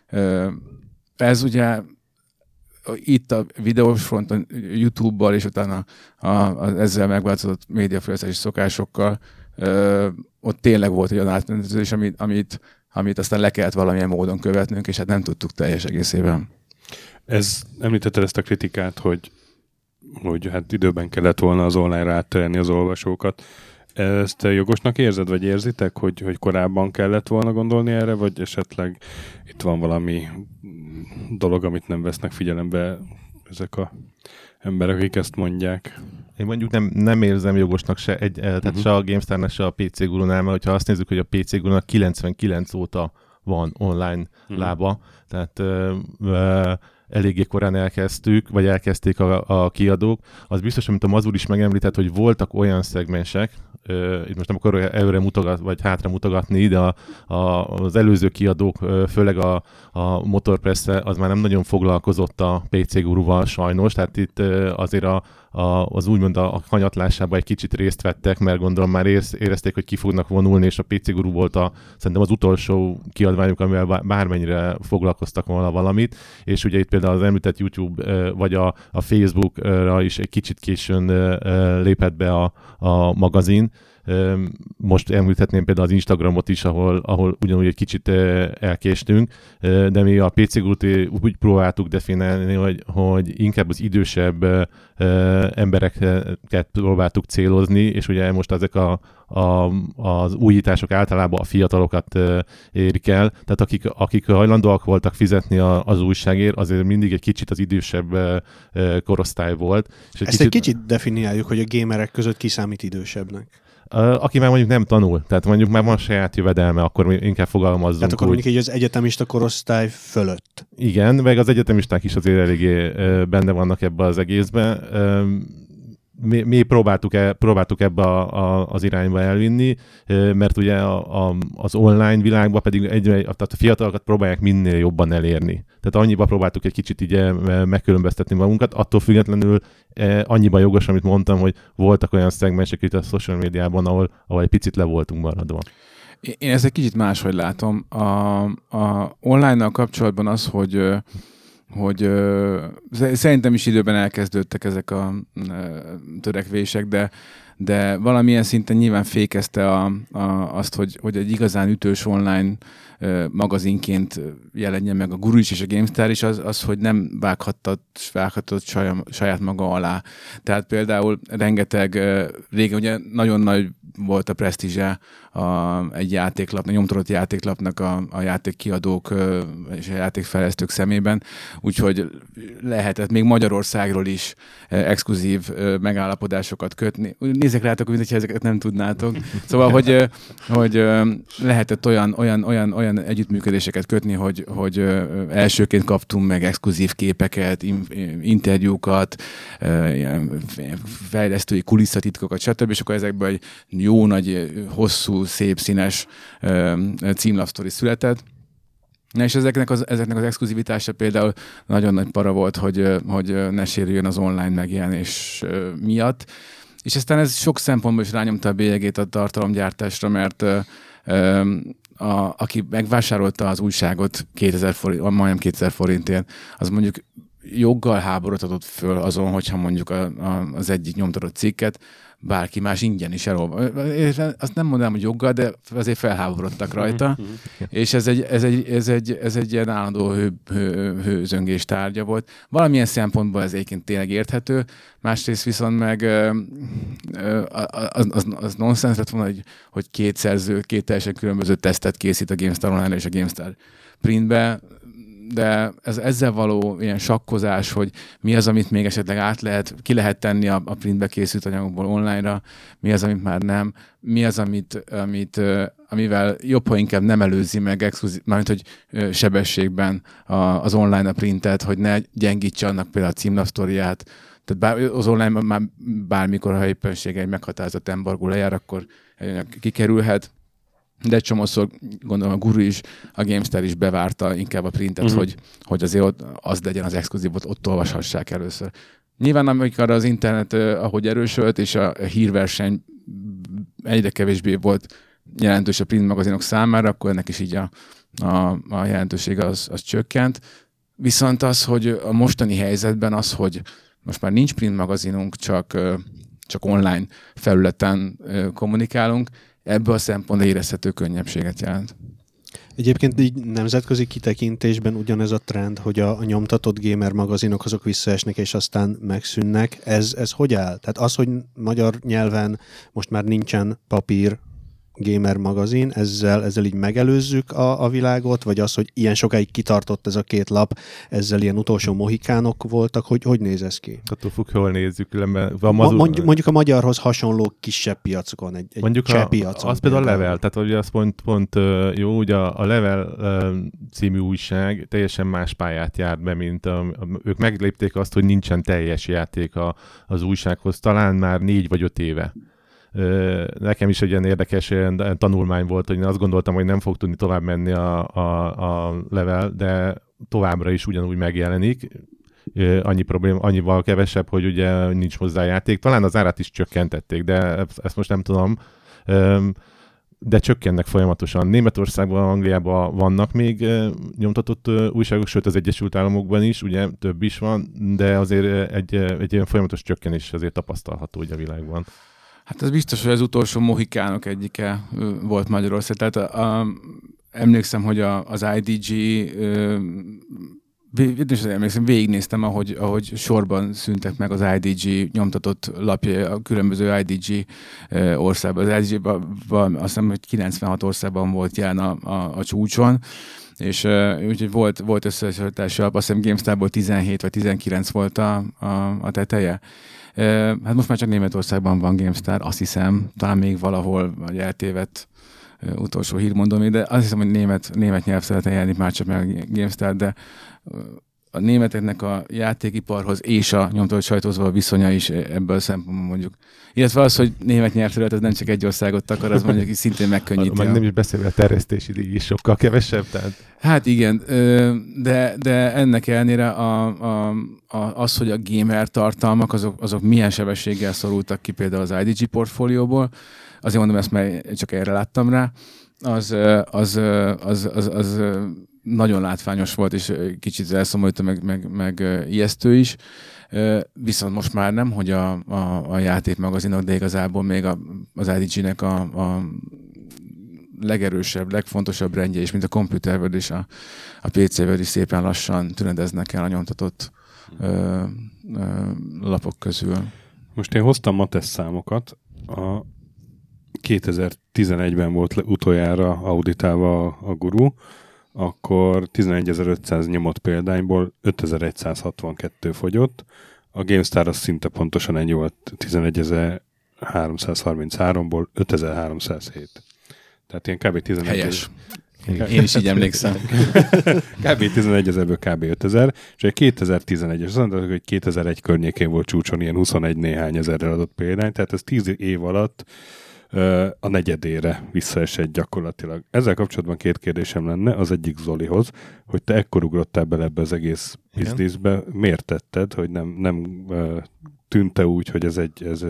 Ez ugye itt a videós fronton, YouTube-bal és utána ezzel megváltozott médiafogyasztási szokásokkal ott tényleg volt egy olyan átmenetezés, amit aztán le kellett valamilyen módon követnünk, és hát nem tudtuk teljes egészében. Említetted ezt a kritikát, hogy hát időben kellett volna az online-ra átterelni az olvasókat. Ezt jogosnak érzed, vagy érzitek, hogy korábban kellett volna gondolni erre, vagy esetleg itt van valami dolog, amit nem vesznek figyelembe ezek a emberek, akik ezt mondják? Én mondjuk nem érzem jogosnak tehát se a GameStar-nak, se a PC Guru-nál, mert hogyha azt nézzük, hogy a PC Guru-nak 99 óta van online lába, tehát eléggé korán elkezdték a kiadók. Az biztos, amit a Mazur is megemlített, hogy voltak olyan szegmensek, itt most nem akarok előre vagy hátra mutogatni, de az előző kiadók, főleg a Motorpress az már nem nagyon foglalkozott a PC Guruval sajnos, tehát itt azért az úgymond a hanyatlásában egy kicsit részt vettek, mert gondolom már érezték, hogy ki fognak vonulni, és a PC Guru volt szerintem az utolsó kiadványuk, amivel bármennyire foglalkoztak volna valamit, és ugye itt például az említett YouTube vagy a Facebookra is egy kicsit későn lépett be a magazin, Most említhetném például az Instagramot is, ahol ugyanúgy egy kicsit elkéstünk, de mi a PC Gurút úgy próbáltuk definiálni, hogy inkább az idősebb embereket próbáltuk célozni, és ugye most ezek az újítások általában a fiatalokat érik el, tehát akik hajlandóak voltak fizetni az újságért, azért mindig egy kicsit az idősebb korosztály volt. És egy kicsit definiáljuk, hogy a gamerek között ki számít idősebbnek. Aki már mondjuk nem tanul, tehát mondjuk már van saját jövedelme, akkor inkább fogalmazzunk. Tehát akkor mondjuk így az egyetemista korosztály fölött. Igen, meg az egyetemisták is azért eléggé benne vannak ebbe az egészbe. Mi próbáltuk ebbe az irányba elvinni, mert ugye az online világban pedig tehát a fiatalokat próbálják minél jobban elérni. Tehát annyiba próbáltuk egy kicsit így megkülönböztetni magunkat, attól függetlenül annyiban jogos, amit mondtam, hogy voltak olyan szegmensek itt a social médiában, ahol egy picit le voltunk maradva. Én ezt egy kicsit máshogy látom. A online-nal kapcsolatban az, hogy szerintem is időben elkezdődtek ezek a törekvések, de valamilyen szinten nyilván fékezte azt, hogy egy igazán ütős online magazinként jelenjen meg a Guru is és a GameStar is, az hogy nem vághatott saját maga alá. Tehát például rengeteg, régen ugye nagyon nagy volt a presztízse egy játéklapnak, nyomtatott játéklapnak a játékkiadók és a játékfejlesztők szemében, úgyhogy lehetett még Magyarországról is exkluzív megállapodásokat kötni. Nézzek rátok, mintha ezeket nem tudnátok. Szóval, hogy lehetett olyan együttműködéseket kötni, hogy elsőként kaptunk meg exkluzív képeket, interjúkat, fejlesztői kulisszatitkokat, stb. És akkor ezekből egy jó nagy, hosszú, szép, színes címlapsztori született. Na és ezeknek az exkluzivitása például nagyon nagy para volt, hogy ne sérüljön az online megjelenés miatt. És aztán ez sok szempontból is rányomta a bélyegét a tartalomgyártásra, mert aki megvásárolta az újságot 2000 forint, majdnem 2000 forintért, az mondjuk joggal háborodhatott föl azon, hogyha mondjuk az egyik nyomtatott cikket bárki más ingyen is elolva. Azt nem mondanám, hogy joggal, de azért felháborodtak rajta, és ez egy ilyen állandó hőzöngés tárgya volt. Valamilyen szempontból ez egyébként tényleg érthető, másrészt viszont meg az nonsens lett volna, hogy két szerző, két teljesen különböző tesztet készít a GameStar Online és a GameStar Printbe, de ezzel való ilyen sakkozás, hogy mi az, amit még esetleg ki lehet tenni a printbe készült anyagokból online-ra, mi az, amit már nem, mi az, amivel jobb, ha inkább nem előzi meg exkluzív, mármint, hogy sebességben az online a printet, hogy ne gyengítse annak például a címlapsztoriát. Tehát az online már bármikor, ha éppenséggel egy meghatározott embargó lejár, akkor kikerülhet. De egy csomószor gondolom a Guru is, a GameStar is bevárta inkább a printet, hogy azért az legyen az exkluzívot, ott olvashassák először. Nyilván amikor az internet ahogy erősödött, és a hírverseny egyre kevésbé volt jelentős a print magazinok számára, akkor ennek is így a jelentősége az csökkent. Viszont az, hogy a mostani helyzetben az, hogy most már nincs print magazinunk, csak online felületen kommunikálunk, ebből a szempontból érezhető könnyebbséget jelent. Egyébként így nemzetközi kitekintésben ugyanez a trend, hogy a nyomtatott gamer magazinok azok visszaesnek és aztán megszűnnek. Ez hogy áll? Tehát az, hogy magyar nyelven most már nincsen papír gamer magazin, ezzel így megelőzzük a világot, vagy az, hogy ilyen sokáig kitartott ez a két lap, ezzel ilyen utolsó mohikánok voltak, hogy néz ez ki? Attól függ, hol nézzük. Mondjuk a magyarhoz hasonló kisebb piacokon, egy cseh piacon. Az például a Level, tehát ugye az pont jó, ugye a Level című újság teljesen más pályát járt be, mint ők meglépték azt, hogy nincsen teljes játék az újsághoz, talán már 4 vagy 5 éve. Nekem is egy ilyen érdekes tanulmány volt, hogy én azt gondoltam, hogy nem fog tudni tovább menni a Level, de továbbra is ugyanúgy megjelenik. Annyival kevesebb, hogy ugye nincs hozzá játék. Talán az árát is csökkentették, de ezt most nem tudom. De csökkennek folyamatosan. Németországban, Angliában vannak még nyomtatott újságok, sőt az Egyesült Államokban is, ugye több is van, de azért egy ilyen folyamatos csökkenés azért tapasztalható ugye a világban. Hát ez biztos, hogy az utolsó mohikánok egyike volt Magyarország. Tehát emlékszem, hogy az IDG, végignéztem, ahogy sorban szűntek meg az IDG nyomtatott lapja a különböző IDG országban. Az IDG-ban azt hiszem, hogy 96 országban volt jelen a csúcson, és úgyhogy volt összehasonlítási alap, azt hiszem GameStarból 17 vagy 19 volt a teteje. Hát most már csak Németországban van GameStar, azt hiszem, talán még valahol, vagy eltévedt utolsó hírmondom, de azt hiszem, hogy német nyelvszereten jelenik már csak meg a GameStar, de a németeknek a játékiparhoz és a nyomtatott sajtóhoz való viszonya is ebből szempontból mondjuk. Illetve az, hogy német nyelvterület, az nem csak egy országot akar, az mondjuk is szintén megkönnyíti. Meg nem is beszélve a terjesztési díj is sokkal kevesebb. Tehát... Hát igen, de ennek ellenére az, hogy a gamer tartalmak, azok milyen sebességgel szorultak ki például az IDG portfólióból, azért mondom ezt, mert csak erre láttam rá, az nagyon látványos volt, és kicsit elszomorító, meg ijesztő is. Viszont most már nem, hogy a játékmagazinok, de igazából még az IDG-nek a legerősebb, legfontosabb rendje is, mint a Computer World és a PC World is szépen lassan tünedeznek el a nyomtatott lapok közül. Most én hoztam Matesz számokat. 2011-ben volt utoljára auditálva a Guru, akkor 11.500 nyomott példányból 5.162 fogyott. A GameStar az szinte pontosan ennyi volt, 11.333-ból 5.307. Tehát ilyen kb. 11. Helyes. Én is így emlékszem. Kb. 11 ezerből kb. 5000, és egy 2011-es, azt mondták, hogy 2001 környékén volt csúcson ilyen 21 néhány ezerrel adott példány, tehát ez 10 év alatt a negyedére visszaesett gyakorlatilag. Ezzel kapcsolatban két kérdésem lenne, az egyik Zolihoz, hogy te ekkor ugrottál bele ebbe az egész bizniszbe, miért tetted, hogy nem tűnte úgy, hogy ez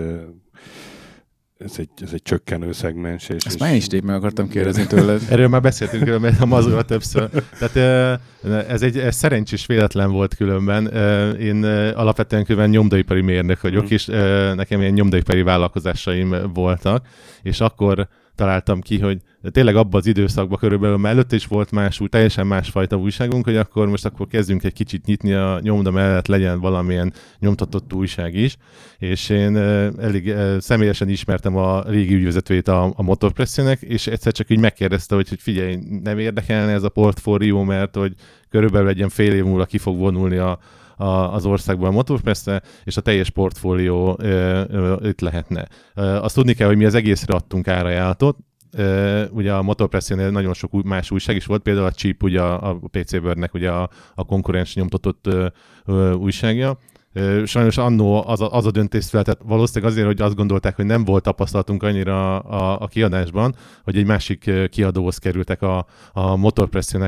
egy csökkenő szegmens. Ezt már én is meg akartam kérdezni tőled. Erről már beszéltünk különben a mazura többször. Tehát ez szerencsés véletlen volt különben. Én alapvetően különben nyomdaipari mérnök vagyok, és nekem ilyen nyomdaipari vállalkozásaim voltak, és akkor találtam ki, hogy tényleg abban az időszakban körülbelül, mert előtte is volt teljesen másfajta újságunk, hogy akkor kezdjünk egy kicsit nyitni a nyomda mellett, legyen valamilyen nyomtatott újság is, és én elég személyesen ismertem a régi ügyvezetőjét a Motorpressének, és egyszer csak így megkérdezte, hogy figyelj, nem érdekelne ez a portfólió, mert hogy körülbelül egy ilyen fél év múlva ki fog vonulni az országban a Motorpress-re, és a teljes portfólió itt lehetne. Azt tudni kell, hogy mi az egészre adtunk árajánlatot. Ugye a Motorpress-nél nagyon sok más újság is volt, például a Chip, ugye a PC World-nek ugye a konkurens nyomtatott újságja. Sajnos annó az a döntés született, valószínűleg azért, hogy azt gondolták, hogy nem volt tapasztalatunk annyira a kiadásban, hogy egy másik kiadóhoz kerültek a Motorpressének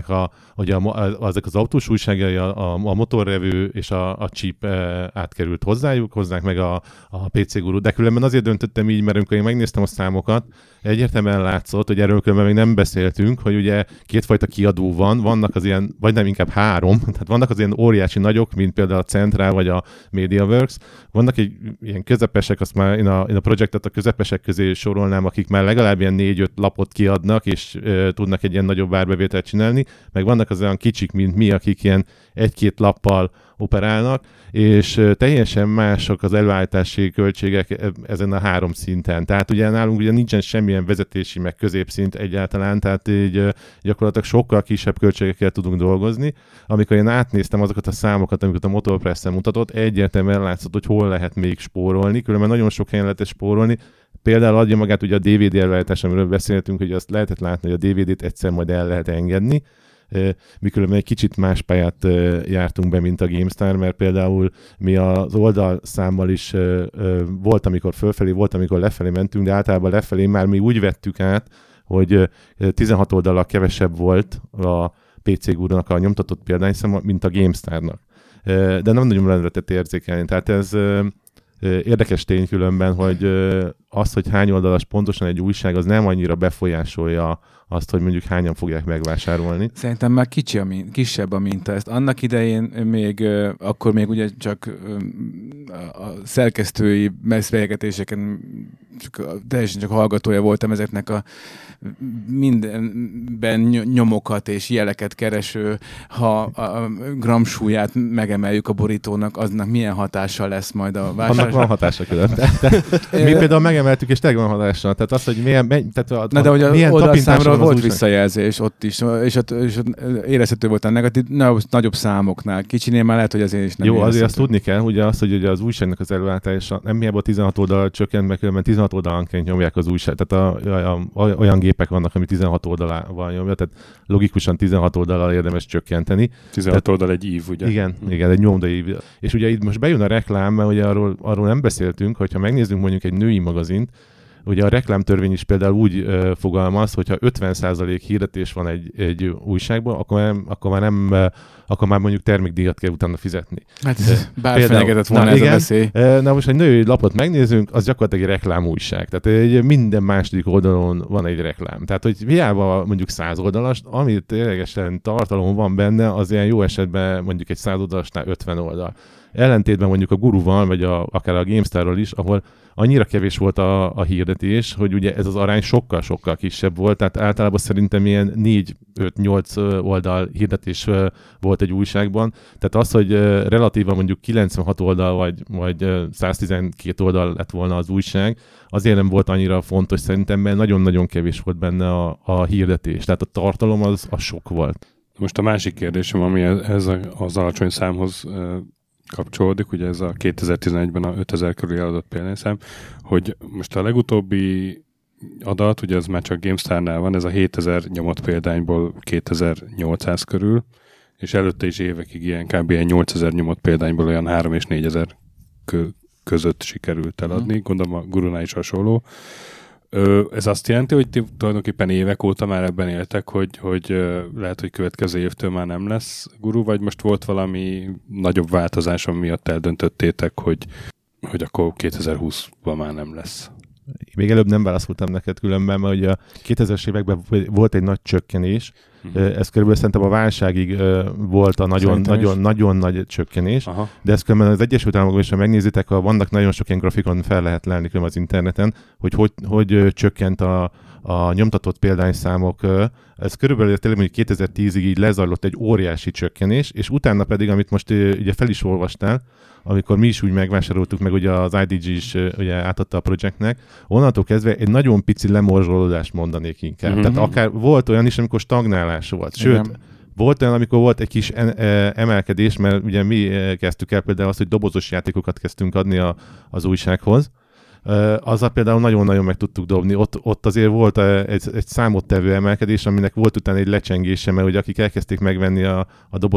azok az autós újságai, a Motorrevű és a Chip átkerült hozzánk meg a PC Guru. De különben azért döntöttem így, mert amikor én megnéztem a számokat, egyértelműen látszott, hogy erről különben még nem beszéltünk, hogy ugye kétfajta kiadó vannak az ilyen, vagy nem inkább 3, tehát vannak az ilyen óriási nagyok, mint például a Central vagy a MediaWorks, vannak ilyen közepesek, azt már én a projektet a közepesek közé sorolnám, akik már legalább ilyen 4-5 lapot kiadnak, és tudnak egy ilyen nagyobb árbevételt csinálni, meg vannak az olyan kicsik, mint mi, akik ilyen 1-2 lappal operálnak, és teljesen mások az előállítási költségek ezen a 3 szinten. Tehát ugye nálunk ugye nincsen semmilyen vezetési, meg középszint egyáltalán, tehát így gyakorlatilag sokkal kisebb költségekkel tudunk dolgozni. Amikor én átnéztem azokat a számokat, amiket a Motorpress-en mutatott, egyértelműen látszott, hogy hol lehet még spórolni, különben nagyon sok helyen lehet spórolni. Például adja magát ugye a DVD előállítás, amiről beszéltünk, hogy azt lehetett látni, hogy a DVD-t egyszer majd el lehet engedni. Mi különben egy kicsit más pályát jártunk be, mint a GameStar, mert például mi az oldalszámmal is volt, amikor fölfelé, volt, amikor lefelé mentünk, de általában lefelé már mi úgy vettük át, hogy 16 oldallal kevesebb volt a PC Gurunak a nyomtatott példányszáma, mint a GameStarnak. De nem nagyon lehetett érzékelni. Tehát ez érdekes tény különben, hogy az, hogy hány oldalas pontosan egy újság, az nem annyira befolyásolja azt, hogy mondjuk hányan fogják megvásárolni. Szerintem már kisebb a minta. Ezt annak idején akkor még ugye csak a szerkesztői beszélgetéseken teljesen csak hallgatója voltam ezeknek a mindenben nyomokat és jeleket kereső, ha a gramsúlyát megemeljük a borítónak, aznak milyen hatással lesz majd a vásárlás. Annak van hatása külön. Mi például megemeltük, és tényleg van hatással. Tehát az, hogy milyen de hogy a oldalszámról volt visszajelzés ott is, és ott érezhető volt a negatív, nagyobb számoknál. Kicsinél már lehet, hogy azért is nem jó, azért azt tudni kell, ugye azt, hogy ugye az újságnak az előállítása nem hiába 16 oldal csökkent, meg különben 16 oldalanként nyomják az újság. Tehát olyan gépek vannak, ami 16 oldalával nyomja, tehát logikusan 16 oldalal érdemes csökkenteni. 16 oldal egy ív, ugye? Igen, egy nyomdaív. És ugye itt most bejön a reklám, mert ugye arról nem beszéltünk, hogyha megnézzünk mondjuk egy női magazint, ugye a reklámtörvény is például úgy fogalmaz, hogyha 50% hirdetés van egy újságban, akkor már mondjuk termékdíjat kell utána fizetni. Hát bár fenyegetett volna ez a veszély. Na most egy női lapot megnézzünk, az gyakorlatilag egy reklámújság. Tehát minden második oldalon van egy reklám. Tehát, hogy hiába mondjuk 100 oldalas, amit ténylegesen tartalom van benne, az ilyen jó esetben mondjuk egy 100 oldalasnál 50 oldal. Ellentétben mondjuk a Guruval, vagy akár a GameStar-ról is, ahol annyira kevés volt a hirdetés, hogy ugye ez az arány sokkal-sokkal kisebb volt, tehát általában szerintem ilyen 4-5-8 oldal hirdetés volt egy újságban. Tehát az, hogy relatívan mondjuk 96 oldal vagy 112 oldal lett volna az újság, azért nem volt annyira fontos szerintem, mert nagyon-nagyon kevés volt benne a hirdetés. Tehát a tartalom az sok volt. Most a másik kérdésem, ami ez az alacsony számhoz kapcsolódik, ugye ez a 2011-ben a 5000 körül eladott példányszám, hogy most a legutóbbi adat, ugye az már csak GameStar-nál van, ez a 7000 nyomott példányból 2800 körül, és előtte is évekig ilyen kb. 8000 nyomott példányból olyan 3 és 4000 között sikerült eladni, gondolom a Gurunál is hasonló. Ez azt jelenti, hogy ti tulajdonképpen évek óta már ebben éltek, hogy lehet, hogy következő évtől már nem lesz Guru, vagy most volt valami nagyobb változás, ami miatt eldöntöttétek, hogy akkor 2020-ban már nem lesz? Még előbb nem válaszoltam neked különben, mert ugye a 2000-es években volt egy nagy csökkenés, ez körülbelül szerintem a válságig volt a nagyon nagy csökkenés, aha. De ezt különben az Egyesült Államokban is, ha megnézitek, vannak nagyon sok ilyen grafikon, fel lehet lelni különben az interneten, hogy csökkent a nyomtatott példányszámok. Ez körülbelül tényleg mondjuk 2010-ig így lezajlott egy óriási csökkenés, és utána pedig, amit most ugye fel is olvastál, amikor mi is úgy megvásároltuk, meg ugye az IDG is ugye átadta a projektnek, onnantól kezdve egy nagyon pici lemorzsolódást mondanék inkább. Mm-hmm. Tehát akár volt olyan is, amikor stagnálás volt. Sőt, igen. Volt olyan, amikor volt egy kis emelkedés, mert ugye mi kezdtük el például azt, hogy dobozos játékokat kezdtünk adni az újsághoz. Azzal például nagyon-nagyon meg tudtuk dobni. Ott azért volt egy számottevő emelkedés, aminek volt utána egy lecsengése, mert ugye akik elkezdték megvenni a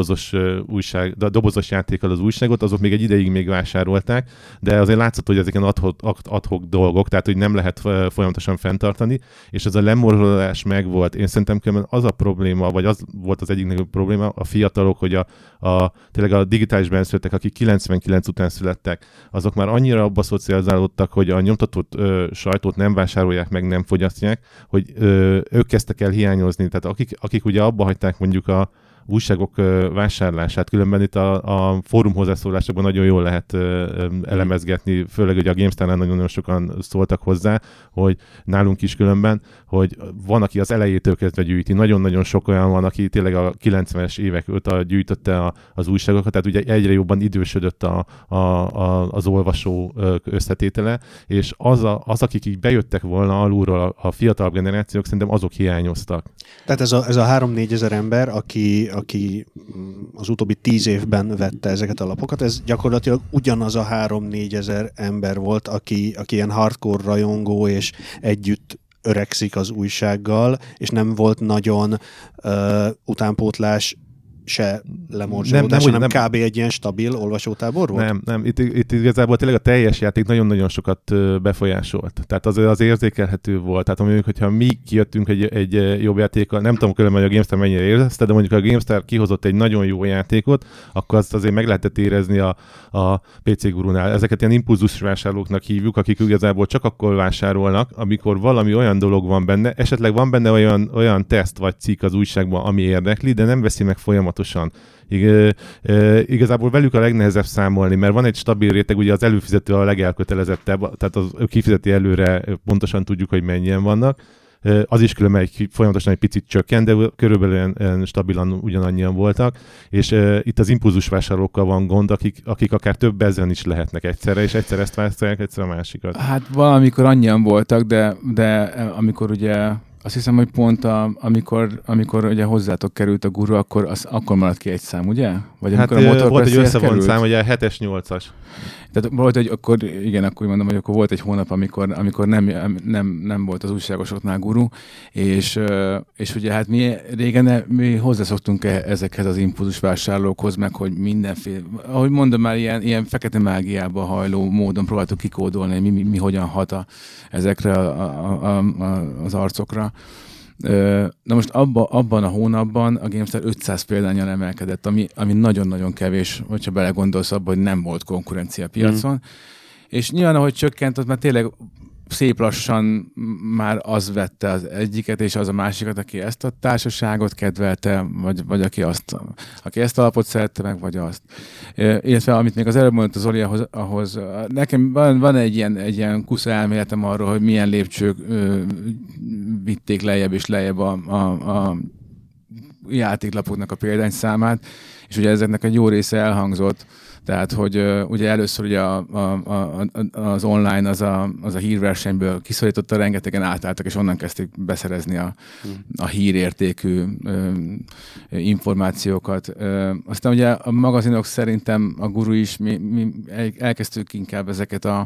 dobozos játékkal az újságot, azok még egy ideig még vásárolták, de azért látszott, hogy ezeken ad-hoc dolgok, tehát hogy nem lehet folyamatosan fenntartani, és ez a lemorzsolás megvolt. Én szerintem különben az a probléma, vagy az volt az egyik nagyobb probléma, a fiatalok, hogy tényleg a digitális benszülöttek, akik 99 után születtek, azok már annyira abba szocializálódtak, hogy a nyomtatott sajtót nem vásárolják meg, nem fogyasztják, hogy ők kezdtek el hiányozni. Tehát akik ugye abba hagyták mondjuk a újságok vásárlását, különben itt a fórum hozzászólásokban nagyon jól lehet elemezgetni, főleg ugye a GameStar-nál nagyon sokan szóltak hozzá, hogy nálunk is különben, hogy van, aki az elejétől kezdve gyűjti. Nagyon-nagyon sok olyan van, aki tényleg a 90-es évek óta gyűjtötte az újságokat, tehát ugye egyre jobban idősödött az olvasó összetétele, és az akik így bejöttek volna alulról a fiatalabb generációk, szerintem azok hiányoztak. Tehát ez a 3-4 ezer ember, aki az utóbbi 10 évben vette ezeket a lapokat, ez gyakorlatilag ugyanaz a 3-4 ezer ember volt, aki ilyen hardcore rajongó, és együtt öregszik az újsággal, és nem volt nagyon utánpótlás, se lemorzsolódás, hanem kb. Egy ilyen stabil olvasótábor volt? Nem. Itt igazából tényleg a teljes játék nagyon-nagyon sokat befolyásolt. Tehát az érzékelhető volt. Tehát mondjuk, hogyha mi kijöttünk egy jobb játékkal, nem tudom különben, hogy a GameStar mennyire érezte, de mondjuk a GameStar kihozott egy nagyon jó játékot, akkor azt azért meg lehetett érezni a PC Gurunál. Ezeket ilyen impulzus vásárlóknak hívjuk, akik igazából csak akkor vásárolnak, amikor valami olyan dolog van benne, esetleg van benne olyan teszt vagy cikk az újságban, ami érdekli, de nem veszi meg folyamatosan. folyamatosan. Igazából velük a legnehezebb számolni, mert van egy stabil réteg, ugye az előfizető a legelkötelezettebb, tehát ő kifizeti előre, pontosan tudjuk, hogy mennyien vannak. Az is különben folyamatosan egy picit csökkent, de körülbelül stabilan ugyanannyian voltak, és itt az impulzusvásárlókkal van gond, akik akár több ezen is lehetnek egyszerre, és egyszer ezt vásárolják, egyszer a másikat. Hát valamikor annyian voltak, de amikor ugye azt hiszem, hogy pont amikor ugye hozzátok került a Guru, akkor maradt ki egy szám, ugye? Vagy hát volt egy összevont szám, ugye 7-es, 8-as. Tehát volt, hogy akkor mondom, hogy akkor volt egy hónap, amikor nem volt az újságosoknál Guru, és ugye hát mi régen hozzászoktunk ezekhez az impulzusvásárlókhoz, meg hogy mindenféle, ahogy mondom már, ilyen fekete mágiába hajló módon próbáltuk kikódolni, mi hogyan hat ezekre az arcokra. Na most abban a hónapban a GameStar 500 példánnyal emelkedett, ami nagyon-nagyon kevés, hogyha belegondolsz abba, hogy nem volt konkurencia a piacon. És nyilván, ahogy csökkent, az már tényleg szép lassan már az vette az egyiket, és az a másikat, aki ezt a társaságot kedvelte, vagy aki ezt a lapot szerette meg, vagy azt. Illetve, amit még az előbb mondott az Zoli, ahhoz nekem van egy ilyen kusza elméletem arról, hogy milyen lépcsők vitték lejjebb és lejjebb a játéklapoknak a példányszámát, és ugye ezeknek egy jó része elhangzott. Tehát, hogy ugye először ugye az online az a hírversenyből kiszorította, rengetegen átálltak, és onnan kezdték beszerezni a hírértékű információkat. Aztán ugye a magazinok szerintem, a Guru is, mi elkezdtük inkább ezeket a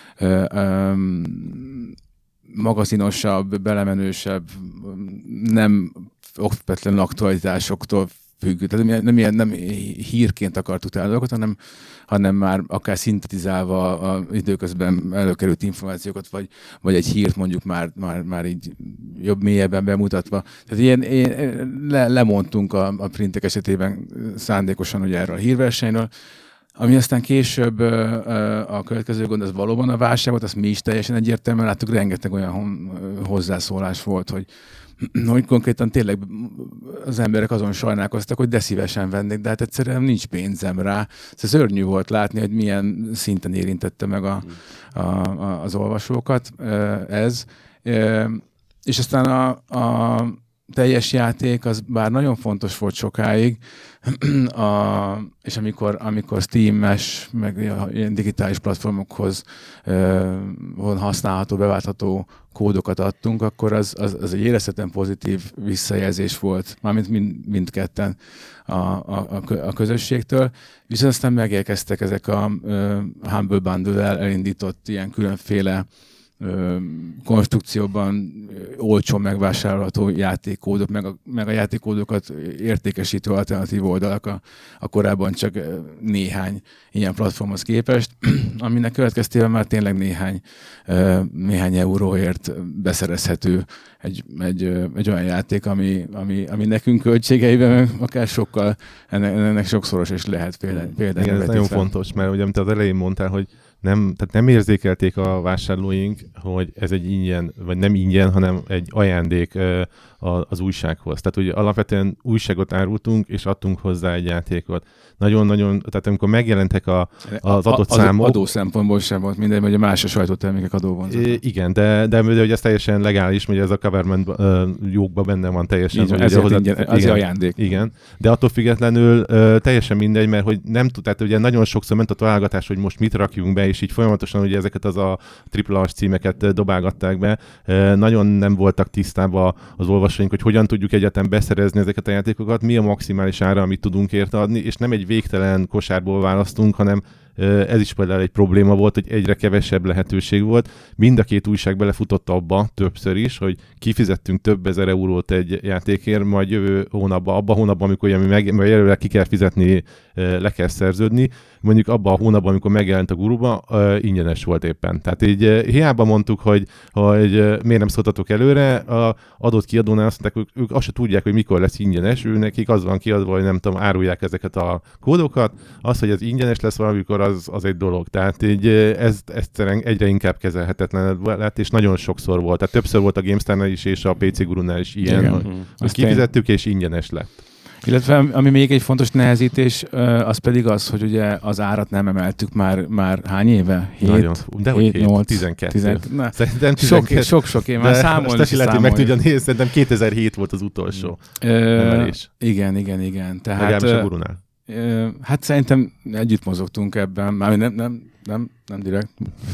magazinosabb, belemenősebb, nem okvetlenül aktualitásoktól függő. Tehát nem hírként akartuk találni dolgokat, hanem már akár szintetizálva az időközben előkerült információkat, vagy egy hírt mondjuk már így jobb, mélyebben bemutatva. Tehát ilyen lemondtunk a printek esetében szándékosan ugye erről a hírversenyről. Ami aztán később a következő gond, az valóban a válság volt, azt mi is teljesen egyértelműen láttuk, rengeteg olyan hozzászólás volt, hogy konkrétan tényleg az emberek azon sajnálkoztak, hogy de szívesen vennék, de hát egyszerűen nincs pénzem rá. Ez szörnyű volt látni, hogy milyen szinten érintette meg az olvasókat ez. És aztán a teljes játék, az bár nagyon fontos volt sokáig, és amikor Steam-es, meg ilyen digitális platformokhoz használható, beváltható kódokat adtunk, akkor az egy érezhetően pozitív visszajelzés volt, mármint mindketten a közösségtől. Viszont aztán megérkeztek ezek a Humble Bundle-el elindított ilyen különféle konstrukcióban olcsón megvásárolható játékkódok, meg a játékkódokat értékesítő alternatív oldalak a korábban csak néhány ilyen platformhoz képest, aminek következtében már tényleg néhány euróért beszerezhető egy olyan játék, ami nekünk költségeiben akár sokkal, ennek sokszoros is lehet például. Igen, ez nagyon fontos, mert ugye, amit az elején mondtál, hogy nem érzékelték a vásárlóink, hogy ez egy ingyen, vagy nem ingyen, hanem egy ajándék az újsághoz. Tehát ugye alapvetően újságot árultunk, és adtunk hozzá egy játékot. Nagyon-nagyon, tehát amikor megjelentek az adott számok... Adó szempontból sem volt mindegy, hogy a más a sajtótermékek adóvonzata. Igen, de hogy ez teljesen legális, hogy ez a government jogban benne van teljesen. Így, ez ajándék. Igen, de attól függetlenül teljesen mindegy, mert hogy nem tud, tehát ugye nagyon sokszor ment a találgatás, hogy most mit rakjunk be, és így folyamatosan ugye ezeket az a AAA-as címeket dobálgatták be. Nagyon nem voltak tisztában az olvasóink, hogy hogyan tudjuk egyáltalán beszerezni ezeket a játékokat, mi a maximális ára, amit tudunk érte adni, és nem egy végtelen kosárból választunk, hanem ez is például egy probléma volt, hogy egyre kevesebb lehetőség volt. Mind a két újság belefutott abba többször is, hogy kifizettünk több ezer eurót egy játékért, majd jövő hónapban, abban a hónapban, amikor előre ki kell fizetni, le kell szerződni, mondjuk abban a hónapban, amikor megjelent a Guruba, ingyenes volt éppen. Tehát így hiába mondtuk, hogy miért nem szóltatok előre, a adott kiadónál azt mondták, ők azt se tudják, hogy mikor lesz ingyenes, nekik az van kiadva, hogy nem tudom, árulják ezeket a kódokat, az, hogy ez ingyenes lesz valamikor, az egy dolog. Tehát így ez egyre inkább kezelhetetlen lett, és nagyon sokszor volt. Tehát többször volt a GameStar-nál is, és a PC Gurunál is ilyen, hogy kifizettük, és ingyenes lett. Illetve ami még egy fontos nehezítés, az pedig az, hogy ugye az árat nem emeltük már hány éve? 12. Szerintem 12. Sok év, már számolni is számolni. Meg tudja nézni, szerintem 2007 volt az utolsó emelés. Igen. Tehát, legalábbis a Gurunál. Hát szerintem együtt mozogtunk ebben, már nem direkt.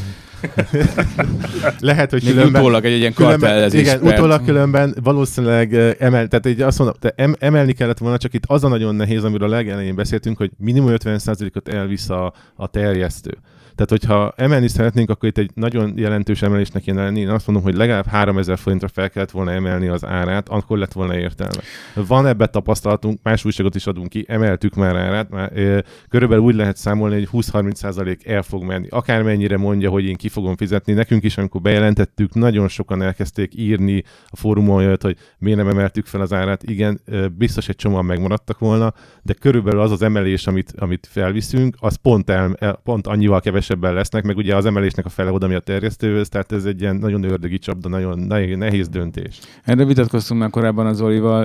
Lehet, hogy különben... Utólag egy ilyen kartellezés. Igen, utólag különben valószínűleg tehát így azt mondom, emelni kellett volna, csak itt az a nagyon nehéz, amiről a legelején beszéltünk, hogy minimum 50%-ot elvisz a terjesztő. Tehát, hogyha emelni szeretnénk, akkor itt egy nagyon jelentős emelésnek kéne lenni. Én azt mondom, hogy legalább 3000 forintra fel kellett volna emelni az árát, akkor lett volna értelme. Van ebben tapasztalatunk, más újságot is adunk ki, emeltük már árát, körülbelül úgy lehet számolni, hogy 20-30% el fog menni. Akármennyire mondja, hogy én ki fogom fizetni. Nekünk is, amikor bejelentettük, nagyon sokan elkezdték írni a fórumon jött, hogy miért nem emeltük fel az árát. Igen, biztos egy csomóan megmaradtak volna, de körülbelül az az emelés, amit felviszünk, az pont annyival kevesebben lesznek, meg ugye az emelésnek a fele oda mi a terjesztőhöz, tehát ez egy ilyen nagyon ördögi csapda, nagyon nehéz döntés. Erre vitatkoztunk már korábban az Zolival.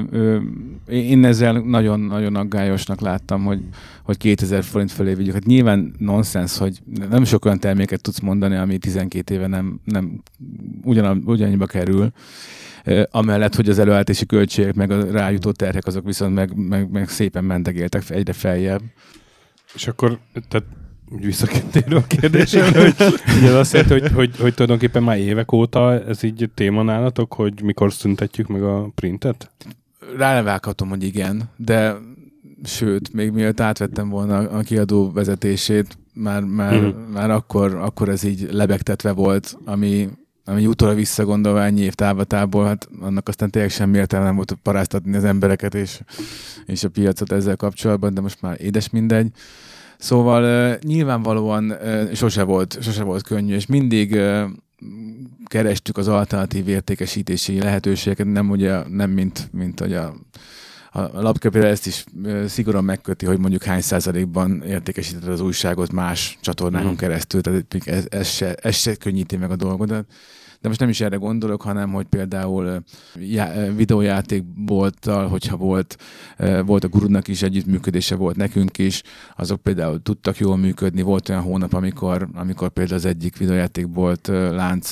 Én ezzel nagyon-nagyon aggályosnak láttam, hogy 2000 forint fölé vigyük. Hát nyilván nonsens, hogy nem sok olyan terméket tudsz mondani, ami 12 éve nem ugyanannyiba kerül. Amellett, hogy az előállítási költségek, meg a rájutó terhek, azok viszont meg szépen mentegéltek egyre feljebb. És akkor, tehát visszakértérő a kérdésre, hogy ugye azt jelenti, hogy tulajdonképpen már évek óta ez így téma nálatok, hogy mikor szüntetjük meg a printet? Ránevághatom, hogy igen, de sőt, még mielőtt átvettem volna a kiadó vezetését, már akkor ez így lebegtetve volt, ami utólag visszagondolva ennyi év távlatából, hát annak aztán tényleg semmi értelme nem volt paráztatni az embereket és a piacot ezzel kapcsolatban, de most már édes mindegy. Szóval nyilvánvalóan sose volt könnyű, és mindig kerestük az alternatív értékesítési lehetőségeket, nem mint hogy a lapköpére ezt is szigorúan megköti, hogy mondjuk hány százalékban értékesíted az újságot más csatornákon keresztül, tehát ez se könnyíti meg a dolgot. De most nem is erre gondolok, hanem hogy például videójátékbolttal, hogyha volt a Gurunak is együttműködése, volt nekünk is, azok például tudtak jól működni. Volt olyan hónap, amikor például az egyik videójátékbolt lánc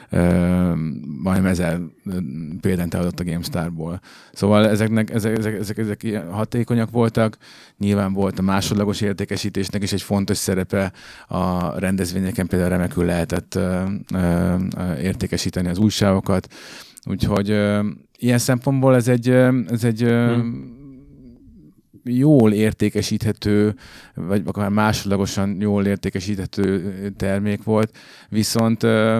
majdnem 1000 példányt adott a GameStarból. Szóval ezek ilyen hatékonyak voltak. Nyilván volt a másodlagos értékesítésnek is egy fontos szerepe. A rendezvényeken például remekül lehetett értékesíteni az újságokat. Úgyhogy ilyen szempontból ez egy jól értékesíthető, vagy akár másodlagosan jól értékesíthető termék volt, viszont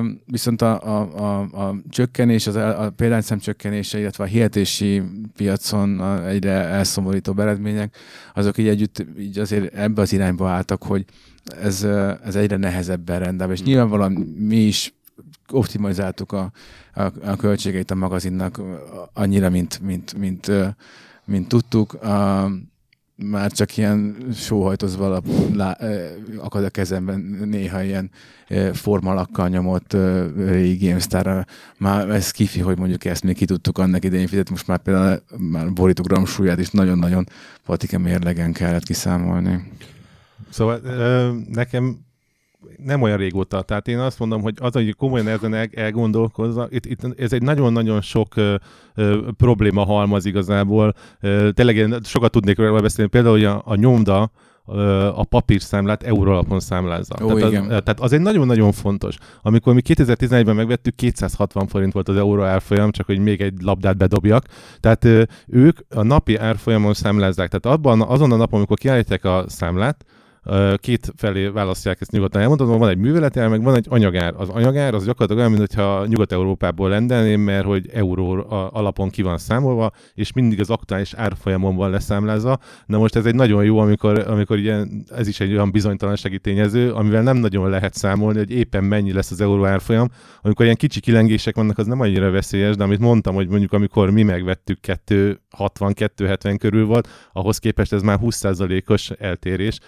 a csökkenés, a példányszám csökkenése, illetve a hirdetési piacon egyre elszomorítóbb eredmények, azok így együtt így azért ebbe az irányba álltak, hogy ez egyre nehezebben rendelve, és nyilvánvalóan mi is optimalizáltuk a költségeit a magazinnak annyira, mint tudtuk. Már csak ilyen sóhajtozva akad a kezemben néha ilyen formalakkal nyomott régi GameStar-ra. Már ez kifi, hogy mondjuk ezt még ki tudtuk annak idején fizetni. Most már például már borító gramsúlyát is nagyon-nagyon patika mérlegen kellett kiszámolni. Szóval nekem nem olyan régóta. Tehát én azt mondom, hogy az, hogy komolyan ezen elgondolkozza, itt ez egy nagyon-nagyon sok probléma halmaz igazából. Tényleg én sokat tudnék róla beszélni. Például, hogy a nyomda a papírszámlát euró alapon számlázza. Tehát az egy nagyon-nagyon fontos. Amikor mi 2011-ben megvettük, 260 forint volt az euró árfolyam, csak hogy még egy labdát bedobjak. Tehát ők a napi árfolyamon számlázzák. Tehát azon a napon, amikor kiállítják a számlát, két felé választják, ezt nyugodtan elmondhatom, van egy műveleti ár, meg van egy anyagár. Az anyagár az gyakorlatilag olyan, mintha Nyugat-Európából lenne, mert hogy euró alapon ki van számolva, és mindig az aktuális árfolyamon van leszámlázva. Na most ez egy nagyon jó, amikor ilyen, ez is egy olyan bizonytalansági tényező, amivel nem nagyon lehet számolni, hogy éppen mennyi lesz az euró árfolyam. Amikor ilyen kicsi kilengések vannak, az nem annyira veszélyes, de amit mondtam, hogy mondjuk amikor mi megvettük 260-270 körül volt, ahhoz képest ez már 20%-os eltérés, ami már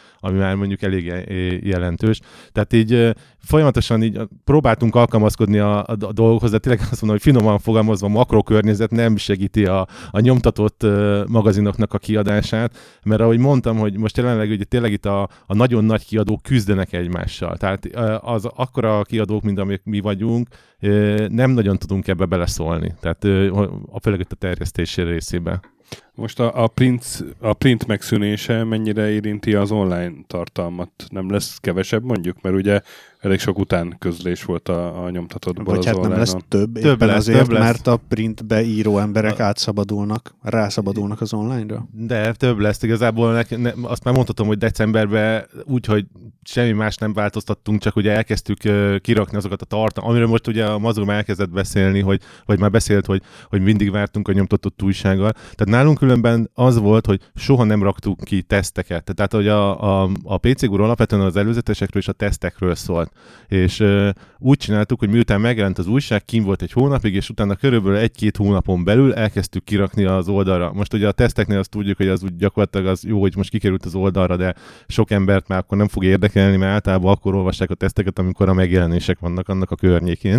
már mondjuk elég jelentős. Tehát így folyamatosan így próbáltunk alkalmazkodni a dolgokhoz, de tényleg azt mondom, hogy finoman fogalmazva a makrokörnyezet nem segíti a nyomtatott magazinoknak a kiadását, mert ahogy mondtam, hogy most jelenleg ugye tényleg itt a nagyon nagy kiadók küzdenek egymással. Tehát az akkora kiadók, mint amik mi vagyunk, nem nagyon tudunk ebbe beleszólni. Tehát főleg itt a terjesztési részébe. Most a print megszűnése mennyire érinti az online tartalmat? Nem lesz kevesebb mondjuk? Mert ugye elég sok utánközlés volt a nyomtatottból vagy az hát online-on. nem lesz több lesz, azért, mert a printbe író emberek rászabadulnak az online-ra. De több lesz igazából. Azt már mondhatom, hogy decemberben úgy, hogy semmi más nem változtattunk, csak ugye elkezdtük kirakni azokat a tartalmat, amiről most ugye a Mazur már elkezdett beszélni, vagy már beszélt, hogy mindig vártunk a nyomtatott újsággal. Tehát nálunk különben az volt, hogy soha nem raktuk ki teszteket. Tehát, hogy a PC Guru alapvetően az előzetesekről és a tesztekről szólt. És úgy csináltuk, hogy miután megjelent az újság, kim volt egy hónapig, és utána körülbelül 1-2 hónapon belül elkezdtük kirakni az oldalra. Most ugye a teszteknél azt tudjuk, hogy az úgy gyakorlatilag az jó, hogy most kikerült az oldalra, de sok embert már akkor nem fog érdekelni, mert általában akkor olvassák a teszteket, amikor a megjelenések vannak annak a környékén.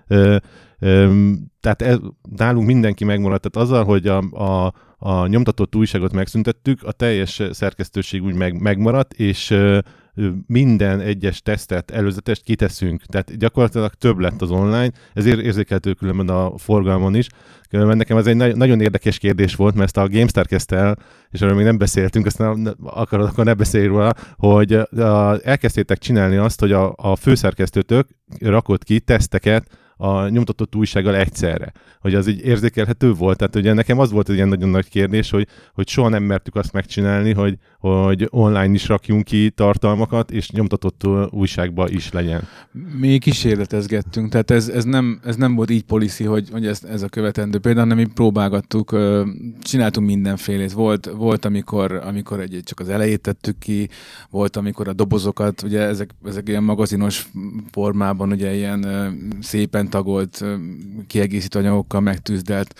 Tehát nálunk mindenki megmaradt. Tehát azzal, hogy a nyomtatott újságot megszüntettük, a teljes szerkesztőség úgy megmaradt, és minden egyes tesztet, előzetest kiteszünk. Tehát gyakorlatilag több lett az online, ezért érzékelhető különben a forgalmon is. Különben nekem ez egy nagyon érdekes kérdés volt, mert ezt a GameStar kezdte el, és arról még nem beszéltünk, azt akkor ne beszélj róla, hogy elkezdtétek csinálni azt, hogy a főszerkesztőtök rakott ki teszteket a nyomtatott újsággal egyszerre. Hogy az így érzékelhető volt. Tehát ugye nekem az volt egy ilyen nagyon nagy kérdés, hogy soha nem mertük azt megcsinálni, hogy online is rakjunk ki tartalmakat, és nyomtatott újságba is legyen. Mi kísérletezgettünk, tehát ez nem volt így policy, hogy ez a követendő például, hanem mi próbálgattuk, csináltunk mindenfélét. Volt amikor csak az elejét tettük ki, volt amikor a dobozokat, ugye ezek ilyen magazinos formában, ugye ilyen szépen tagolt, kiegészítő anyagokkal megtűzdelt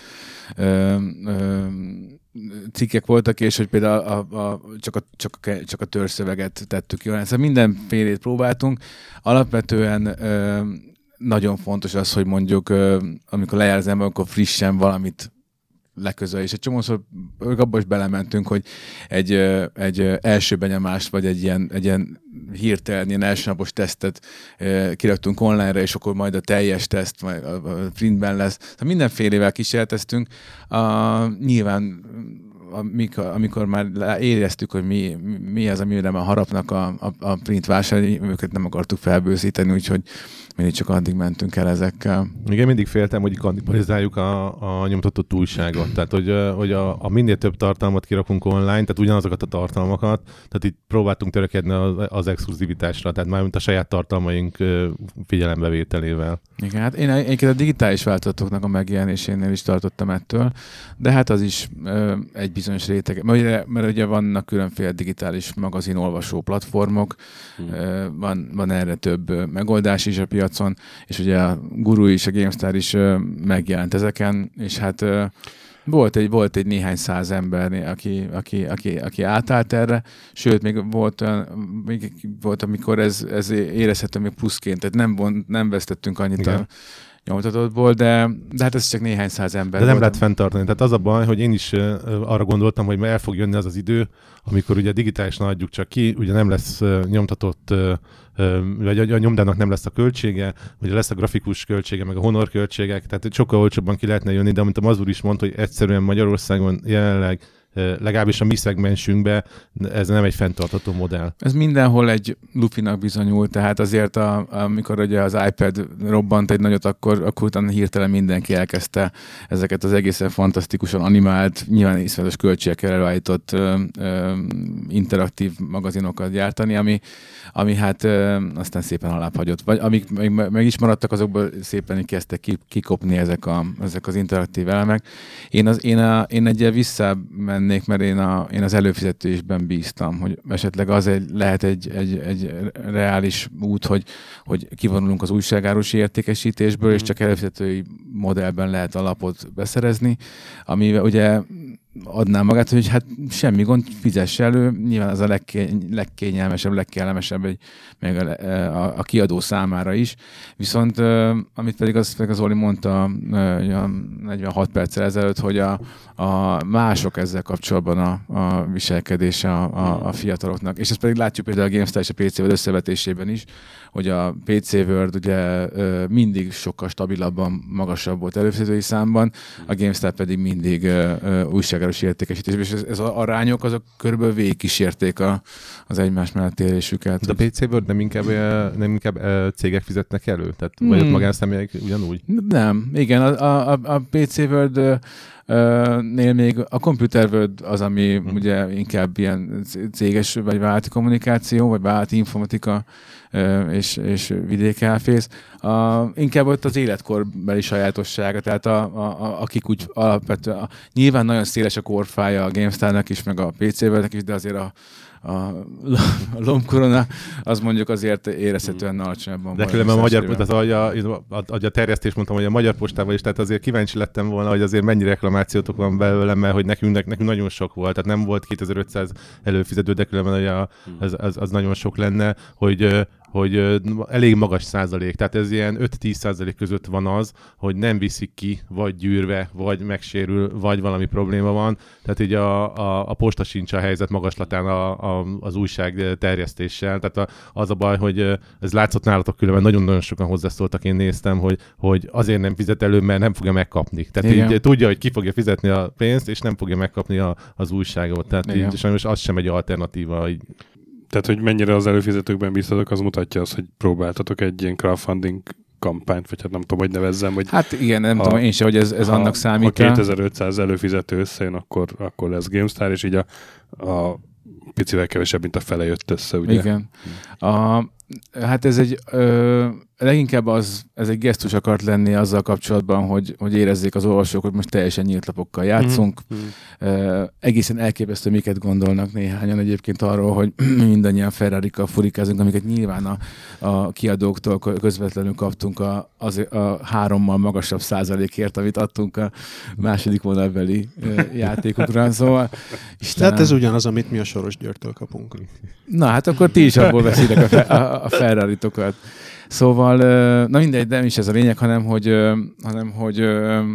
cikkek voltak, és hogy például csak a törzszöveget tettük ki. Szóval mindenfélét próbáltunk. Alapvetően nagyon fontos az, hogy mondjuk amikor lejár az ember, akkor frissen valamit leközöl, és egy csomószor abban is belementünk, hogy egy első benyomást, vagy egy ilyen hirtelen, ilyen elsőnapos tesztet kiraktunk online-ra, és akkor majd a teljes teszt majd a printben lesz. Szóval mindenfélével kísérleteztünk. Nyilván amikor már éreztük, hogy mi az, amire már harapnak a print vásárlói, őket nem akartuk felbőszíteni, úgyhogy mindig csak addig mentünk el ezekkel. Igen, mindig féltem, hogy kannibalizáljuk a nyomtatott újságot. Tehát, hogy a minél több tartalmat kirakunk online, tehát ugyanazokat a tartalmakat, tehát itt próbáltunk törekedni az exkluzivitásra, tehát mármint a saját tartalmaink figyelembevételével. Igen, hát én egyébként a digitális változatoknak a megjelenésénél is tartottam ettől, de hát az is egy bizonyos réteg, mert ugye vannak különféle digitális magazinolvasó platformok, van erre több megoldás is a piacon, és ugye a Guru is, a GameStar is megjelent ezeken, és hát volt egy néhány száz ember, aki átállt erre, sőt, még volt amikor ez érezhető még pluszként, tehát nem vesztettünk annyit a nyomtatottból, de hát ez csak néhány száz ember. De nem lehet fenntartani. Tehát az a baj, hogy én is arra gondoltam, hogy el fog jönni az idő, amikor ugye digitálisan adjuk csak ki, ugye nem lesz nyomtatott, vagy a nyomdának nem lesz a költsége, ugye lesz a grafikus költsége, meg a honor költségek, tehát sokkal olcsóbban ki lehetne jönni, de amit a Mazur is mondta, hogy egyszerűen Magyarországon jelenleg legalábbis a mi szegmensünkben ez nem egy fenntartható modell. Ez mindenhol egy lufinak bizonyul, tehát azért amikor ugye az iPad robbant egy nagyot, akkor utána hirtelen mindenki elkezdte ezeket az egészen fantasztikusan animált, nyilván iszonyatos költségekkel előállított interaktív magazinokat gyártani, ami hát aztán szépen alább hagyott. Vagy amik meg is maradtak, azokból szépen kezdtek kikopni ezek az interaktív elemek. Én egyel visszamennék, mert én az előfizetésben bíztam, hogy esetleg az lehet egy reális út, hogy kivonulunk az újságárusi értékesítésből, és csak előfizetői modellben lehet alapot beszerezni, amivel ugye adná magát, hogy hát semmi gond, fizess elő, nyilván az a legkényelmesebb, legkellemesebb meg a kiadó számára is. Viszont amit pedig az Oli mondta 46 perccel ezelőtt, hogy a mások ezzel kapcsolatban a viselkedése a fiataloknak. És ezt pedig látjuk például a GameStar és a PC World összevetésében is, hogy a PC World ugye mindig sokkal stabilabban magasabb volt előfizetői számban, a GameStar pedig mindig újságárus értékesítés, és ez az arányok azok körülbelül végigkísérték az egymás mellett élésüket. De a PC World nem inkább cégek fizetnek elő? Tehát vagy ott magánszemélyek ugyanúgy? Nem, igen, a PC World nél még a Computer World az, ami ugye inkább ilyen céges vagy vállalati kommunikáció, vagy vállalati informatika és vidéki elfész. Inkább ott az életkorbeli sajátossága, tehát akik úgy alapvetően, nyilván nagyon széles a korfája a GameStar-nak is, meg a PC World-nek is, de azért a lombkorona, az mondjuk azért érezhetően alacsonyabban. De különben a magyar, a terjesztést mondtam, hogy a Magyar Postával is, tehát azért kíváncsi lettem volna, hogy azért mennyi reklamációtok van belőle, mert hogy nekünk nagyon sok volt, tehát nem volt 2500 előfizető, de különben az nagyon sok lenne, hogy elég magas százalék, tehát ez ilyen 5-10% között van az, hogy nem viszik ki, vagy gyűrve, vagy megsérül, vagy valami probléma van. Tehát így a posta sincs a helyzet magaslatán az újság terjesztéssel. Tehát az a baj, hogy ez látszott nálatok különben, nagyon-nagyon sokan hozzászóltak, én néztem, hogy azért nem fizet elő, mert nem fogja megkapni. Tehát így tudja, hogy ki fogja fizetni a pénzt, és nem fogja megkapni az újságot. Tehát így sajnos az sem egy alternatíva. Tehát, hogy mennyire az előfizetőkben bíztatok, az mutatja azt, hogy próbáltatok egy ilyen crowdfunding kampányt, vagy hát nem tudom, hogy nevezzem. Hogy hát igen, nem tudom én sem, hogy ez annak számít. Ha 2500 előfizető összejön, akkor lesz GameStar, és így a picivel kevesebb, mint a fele jött össze, ugye? Igen. Hát ez leginkább ez egy gesztus akart lenni azzal kapcsolatban, hogy érezzék az olvasók, hogy most teljesen nyílt lapokkal játszunk. Egészen elképesztő, miket gondolnak néhányan egyébként arról, hogy mindannyian Ferrari-kkal furikázunk, amiket nyilván a kiadóktól közvetlenül kaptunk a 3-mal magasabb százalékért, amit adtunk a második vonalbeli játékokra. Szóval, tehát ez ugyanaz, amit mi a Soros Györgytől kapunk. Na hát akkor ti is abból veszitek a Ferrari-tokat. Szóval, na mindegy, de nem is ez a lényeg, hanem hogy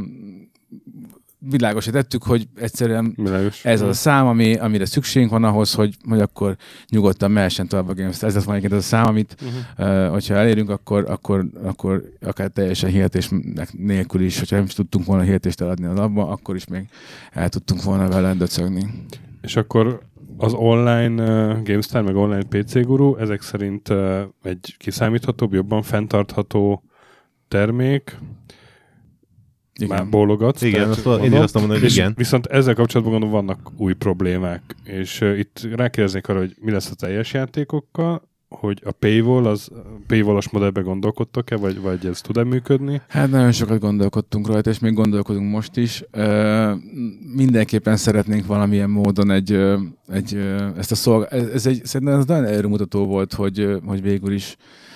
világosra tettük, hogy egyszerűen ez az a szám, amire szükségünk van ahhoz, hogy akkor nyugodtan mehessen tovább a GameStar. Ez az van ez a szám, amit hogyha elérünk, akkor akár teljesen hirdetés nélkül is, hogyha nem is tudtunk volna hirdetést eladni a labba, akkor is még el tudtunk volna vele döcögni. És akkor az online GameStar, meg online PC Guru, ezek szerint egy kiszámíthatóbb, jobban fenntartható termék. Igen. Már bólogatsz. Igen, én is azt mondom, hogy igen. Viszont ezzel kapcsolatban gondolom vannak új problémák. És itt rákérdeznék arra, hogy mi lesz a teljes játékokkal, hogy a paywall-os modellben gondolkodtok-e, vagy ez tud-e működni? Hát nagyon sokat gondolkodtunk rajta, és még gondolkodunk most is. Mindenképpen szeretnénk valamilyen módon ezt a szerintem ez nagyon előmutató volt, hogy végül is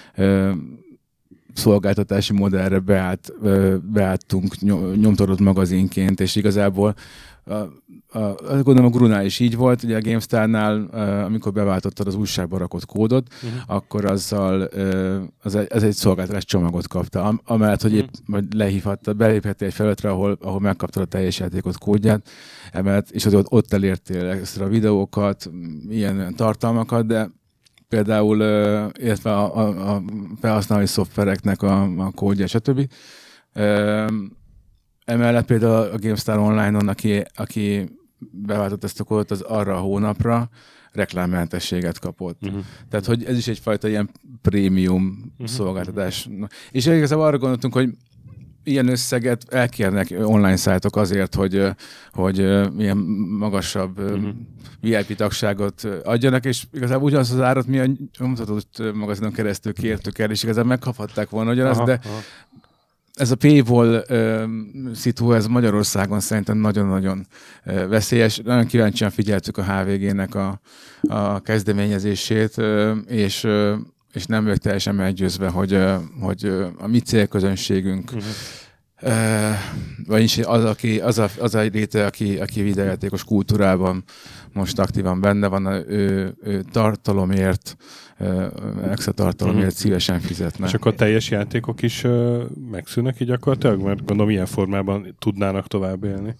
szolgáltatási modellre beálltunk nyomtatott magazinként, és igazából gondolom a Gurunál is így volt, ugye a GameStar-nál, amikor beváltottad az újságba rakott kódot, akkor azzal ez egy szolgáltatás csomagot kapta. Amellett, hogy épp lehívhattad, beléphettél egy felületre, ahol megkaptad a teljes játékot kódját, emellett, és ott elértél extra videókat, ilyen tartalmakat, de például illetve a felhasználói szoftvereknek a kódja, stb. Emellett például a GameStar Online-on, aki beváltott ezt a kódot, az arra a hónapra reklámmentességet kapott. Tehát, hogy ez is egyfajta ilyen prémium szolgáltatás. És igazából arra gondoltunk, hogy ilyen összeget elkérnek online szájtok azért, hogy ilyen magasabb VIP tagságot adjanak, és igazából ugyanazt az árat mi a nyomtatott magazinon keresztül kértük el, és igazából megkaphatták volna ugyanazt, de ez a paywall szitu, ez Magyarországon szerintem nagyon-nagyon veszélyes. Nagyon kíváncsian figyeltük a HVG-nek a kezdeményezését, és nem vagyok teljesen meggyőzve, hogy a mi célközönségünk Vagyis az a réte, aki videójátékos kultúrában most aktívan benne van, ő tartalomért, extra tartalomért szívesen fizetne. És akkor a teljes játékok is megszűnnek így gyakorlatilag? Mert gondolom ilyen formában tudnának tovább élni.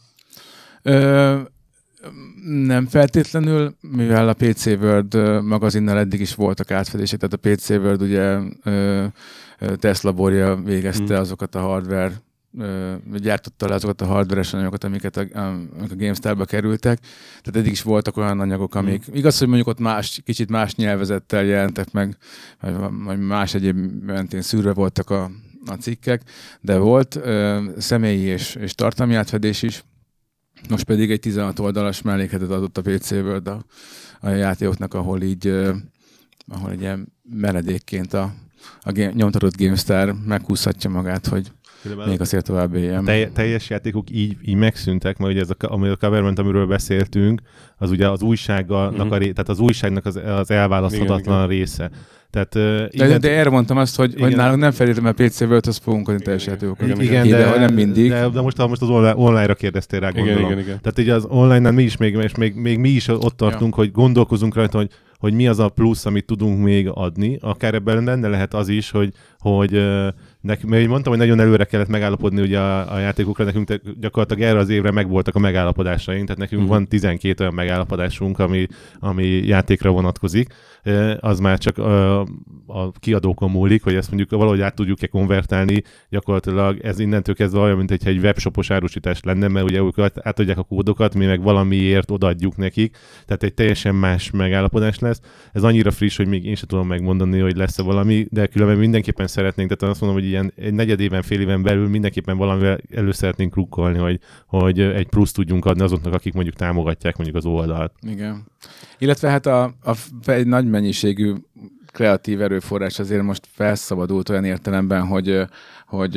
Nem feltétlenül, mivel a PC World magazinnal eddig is voltak átfedések, tehát a PC World ugye Tesla Borja végezte azokat a hardware, gyártotta le azokat a hardware-es anyagokat, amik a GameStar-ba kerültek. Tehát eddig is voltak olyan anyagok, amik igaz, hogy mondjuk ott kicsit más nyelvezettel jelentek meg, vagy más egyéb mentén szűrve voltak a cikkek, de volt személyi és tartalmi átfedés is. Most pedig egy 16 oldalas mellékletet adott a PC World a játékoknak, ahol egy ilyen menedékként a nyomtatott GameStar meghúzhatja magát, hogy még azért tovább éljen. Teljes játékok így megszűntek, mert ugye ez a Coverment, amiről beszéltünk, az ugye az újságnak tehát az újságnak az elválaszthatatlan része. Tehát, de erre mondtam azt, hogy nálunk nem feltétlenül a PC World-hoz fogunk adni teljes játékokat. Igen, de nem mindig. De most az online-ra kérdeztél rá, gondolom. Igen. Tehát ugye az online-nál mi is még mi is ott tartunk, hogy gondolkozunk rajta, hogy mi az a plusz, amit tudunk még adni. Akár ebben benne lehet az is, hogy mert mondtam, hogy nagyon előre kellett megállapodni ugye a játékokra, nekünk gyakorlatilag erre az évre megvoltak a megállapodásaink, tehát nekünk van 12 olyan megállapodásunk, ami játékra vonatkozik. Az már csak a kiadókon múlik, hogy ezt mondjuk valahogy át tudjuk-e konvertálni, gyakorlatilag ez innentől kezdve olyan, mint hogyha egy webshopos árusítás lenne, mert ugye ők átadják a kódokat, mi meg valamiért odaadjuk nekik, tehát egy teljesen más megállapodás lesz. Ez annyira friss, hogy még én sem tudom megmondani, hogy lesz-e valami, de különben mindenképpen szeretnénk, tehát azt mondom, hogy ilyen egy negyed éven, fél éven belül mindenképpen valamivel elő szeretnénk rukkolni, hogy egy plusz tudjunk adni azoknak, akik mondjuk támogatják mondjuk az oldalt. Igen. Illetve hát egy nagy mennyiségű kreatív erőforrás azért most felszabadult olyan értelemben, hogy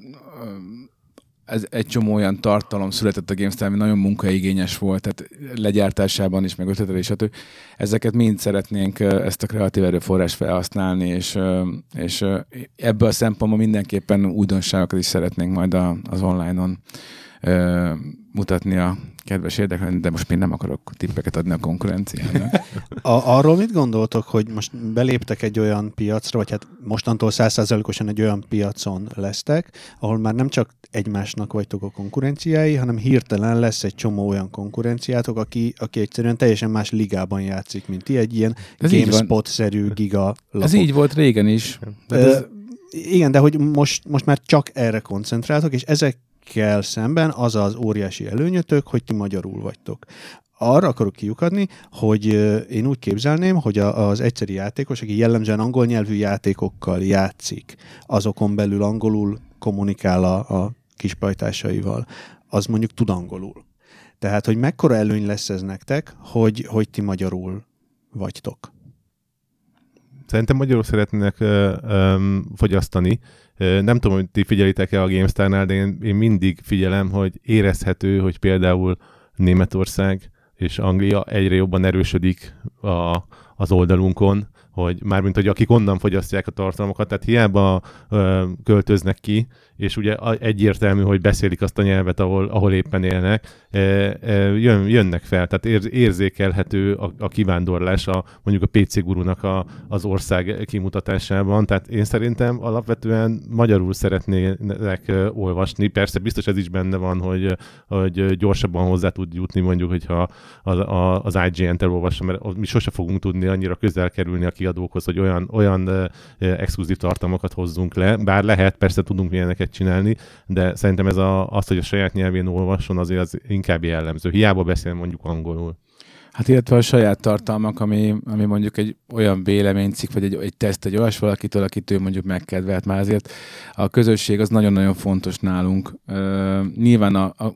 ez egy csomó olyan tartalom született a GameStar, ami nagyon munkaigényes volt, tehát legyártásában is, meg ötletelés, stb. Ezeket mind szeretnénk ezt a kreatív erőforrást felhasználni, és ebből a szempontból mindenképpen újdonságokat is szeretnénk majd az online-on mutatni a kedves érdeklődőknek, de most még nem akarok tippeket adni a konkurenciának. Arról mit gondoltok, hogy most beléptek egy olyan piacra, vagy hát mostantól 100%-osan egy olyan piacon lesztek, ahol már nem csak egymásnak vagytok a konkurenciái, hanem hirtelen lesz egy csomó olyan konkurenciátok, aki egyszerűen teljesen más ligában játszik, mint ti, egy ilyen GameSpot-szerű giga lapok. Ez így volt régen is. Igen, de hogy most már csak erre koncentráltok, és ezekkel szemben az az óriási előnyötök, hogy ti magyarul vagytok. Arra akarok kiukadni, hogy én úgy képzelném, hogy az egyszeri játékos, aki jellemzően angol nyelvű játékokkal játszik, azokon belül angolul kommunikál a kispajtásaival, az mondjuk tud angolul. Tehát, hogy mekkora előny lesz ez nektek, hogy ti magyarul vagytok? Szerintem magyarul szeretnének fogyasztani. Nem tudom, hogy ti figyelitek-e a GameStar-nál, de én mindig figyelem, hogy érezhető, hogy például Németország és Anglia egyre jobban erősödik az oldalunkon, hogy mármint, hogy akik onnan fogyasztják a tartalmakat, tehát hiába költöznek ki, és ugye egyértelmű, hogy beszélik azt a nyelvet, ahol éppen élnek, jönnek fel, tehát érzékelhető a kivándorlás mondjuk a PC Gurunak az ország kimutatásában, tehát én szerintem alapvetően magyarul szeretnének olvasni, persze biztos ez is benne van, hogy gyorsabban hozzá tud jutni mondjuk, hogyha az IGN-tel olvassam, mert mi sose fogunk tudni annyira közel kerülni a kiadókhoz, hogy olyan exkluzív tartalmakat hozzunk le, bár lehet, persze tudunk ilyeneket csinálni, de szerintem ez az, hogy a saját nyelvén olvasson, azért az inkább jellemző. Hiába beszél mondjuk angolul. Hát illetve a saját tartalmak, ami mondjuk egy olyan véleménycikk, vagy egy teszt egy olyas valakitől, akitől mondjuk megkedvelt már azért. A közösség az nagyon-nagyon fontos nálunk. Nyilván a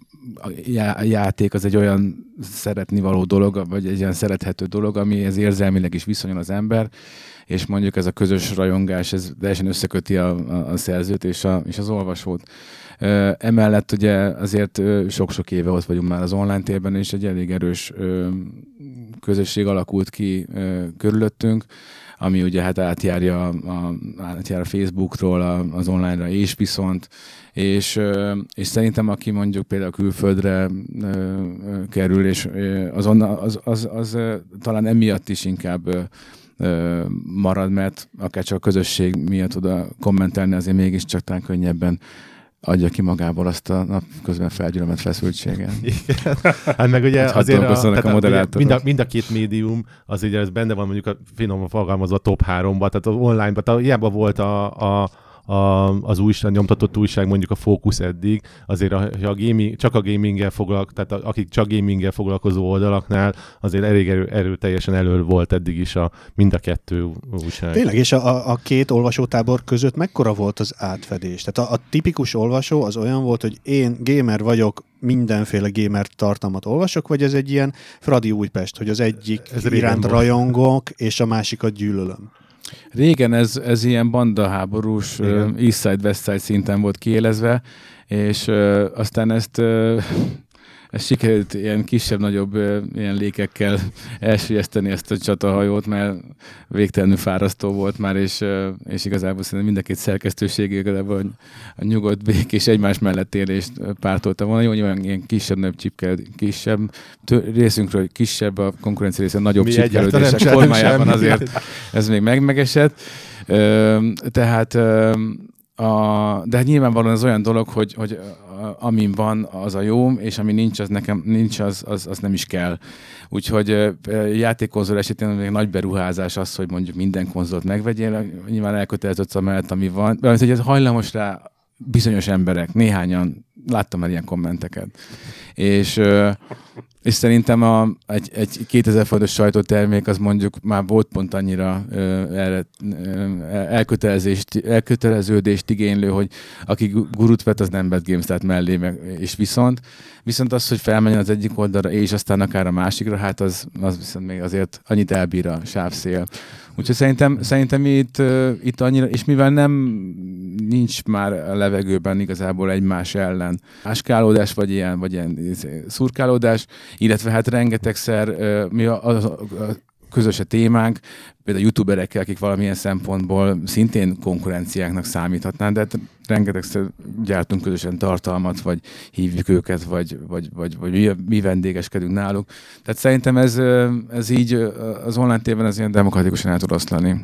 játék az egy olyan szeretnivaló dolog, vagy egy olyan szerethető dolog, amihez érzelmileg is viszonyul az ember, és mondjuk ez a közös rajongás, ez teljesen összeköti a szerzőt és az olvasót. Emellett ugye azért sok-sok éve ott vagyunk már az online térben, és egy elég erős közösség alakult ki körülöttünk, ami ugye hát átjár a Facebookról az online-ra is viszont, és szerintem aki mondjuk például külföldre kerül, és az talán emiatt is inkább marad, mert akár csak a közösség miatt oda kommentelni, azért mégiscsak talán könnyebben adja ki magából azt a napközben felgyülemlett feszültséget. Igen. Hát meg ugye azért mind a két médium, az ugye ez benne van mondjuk a finoman fogalmazva top 3-ba, tehát az online-ban, tehát hiába volt az újság, nyomtatott újság, mondjuk a Fókusz eddig, azért csak a gaminggel tehát akik csak gaminggel foglalkozó oldalaknál azért elég erőteljesen elől volt eddig is mind a kettő újság. Tényleg, és a két olvasótábor között mekkora volt az átfedés? Tehát a tipikus olvasó az olyan volt, hogy én gamer vagyok, mindenféle gamer tartalmat olvasok, vagy ez egy ilyen Fradi Újpest, hogy az egyik iránt rajongok, és a másikat gyűlölöm? Régen ez ilyen bandaháborús East Side, West Side szinten volt kiélezve, és aztán ezt sikerült ilyen kisebb-nagyobb ilyen lékekkel elsüllyeszteni ezt a csatahajót, mert végtelenül fárasztó volt már, és igazából szerintem mind a két szerkesztőség igazából a nyugodt békés egymás mellett élést pártolta volna. Jó, nyilván ilyen kisebb részünkről kisebb, a konkurencia része nagyobb csipkelődések formájában azért ez még megmegesett. Tehát de nyilvánvalóan ez olyan dolog, hogy amin van, az a jó, és ami nincs, az nekem nincs, az nem is kell. Úgyhogy játékkonzol esetén még nagy beruházás az, hogy mondjuk minden konzolt megvegyél, nyilván elköteleződsz amellett, ami van. De hogy ez hajlamos rá bizonyos emberek, néhányan, láttam már ilyen kommenteket. És szerintem egy 2000 forintos sajtótermék az mondjuk már volt pont annyira elköteleződést igénylő, hogy aki gurút vett, az nem vett GameStart mellé, és viszont az, hogy felmenjen az egyik oldalra, és aztán akár a másikra, hát az viszont még azért annyit elbír a sávszél. Úgyhogy szerintem itt annyira, és mivel nincs már a levegőben igazából egymás ellen áskálódás, vagy ilyen szurkálódás, illetve hát rengetegszer mi a közös a témánk, például youtuberekkel, akik valamilyen szempontból szintén konkurenciáknak számíthatnák, de hát rengetegszer gyártunk közösen tartalmat, vagy hívjuk őket, vagy mi vendégeskedünk náluk. Tehát szerintem ez így az online tévben ez ilyen demokratikusan el tud oszlani.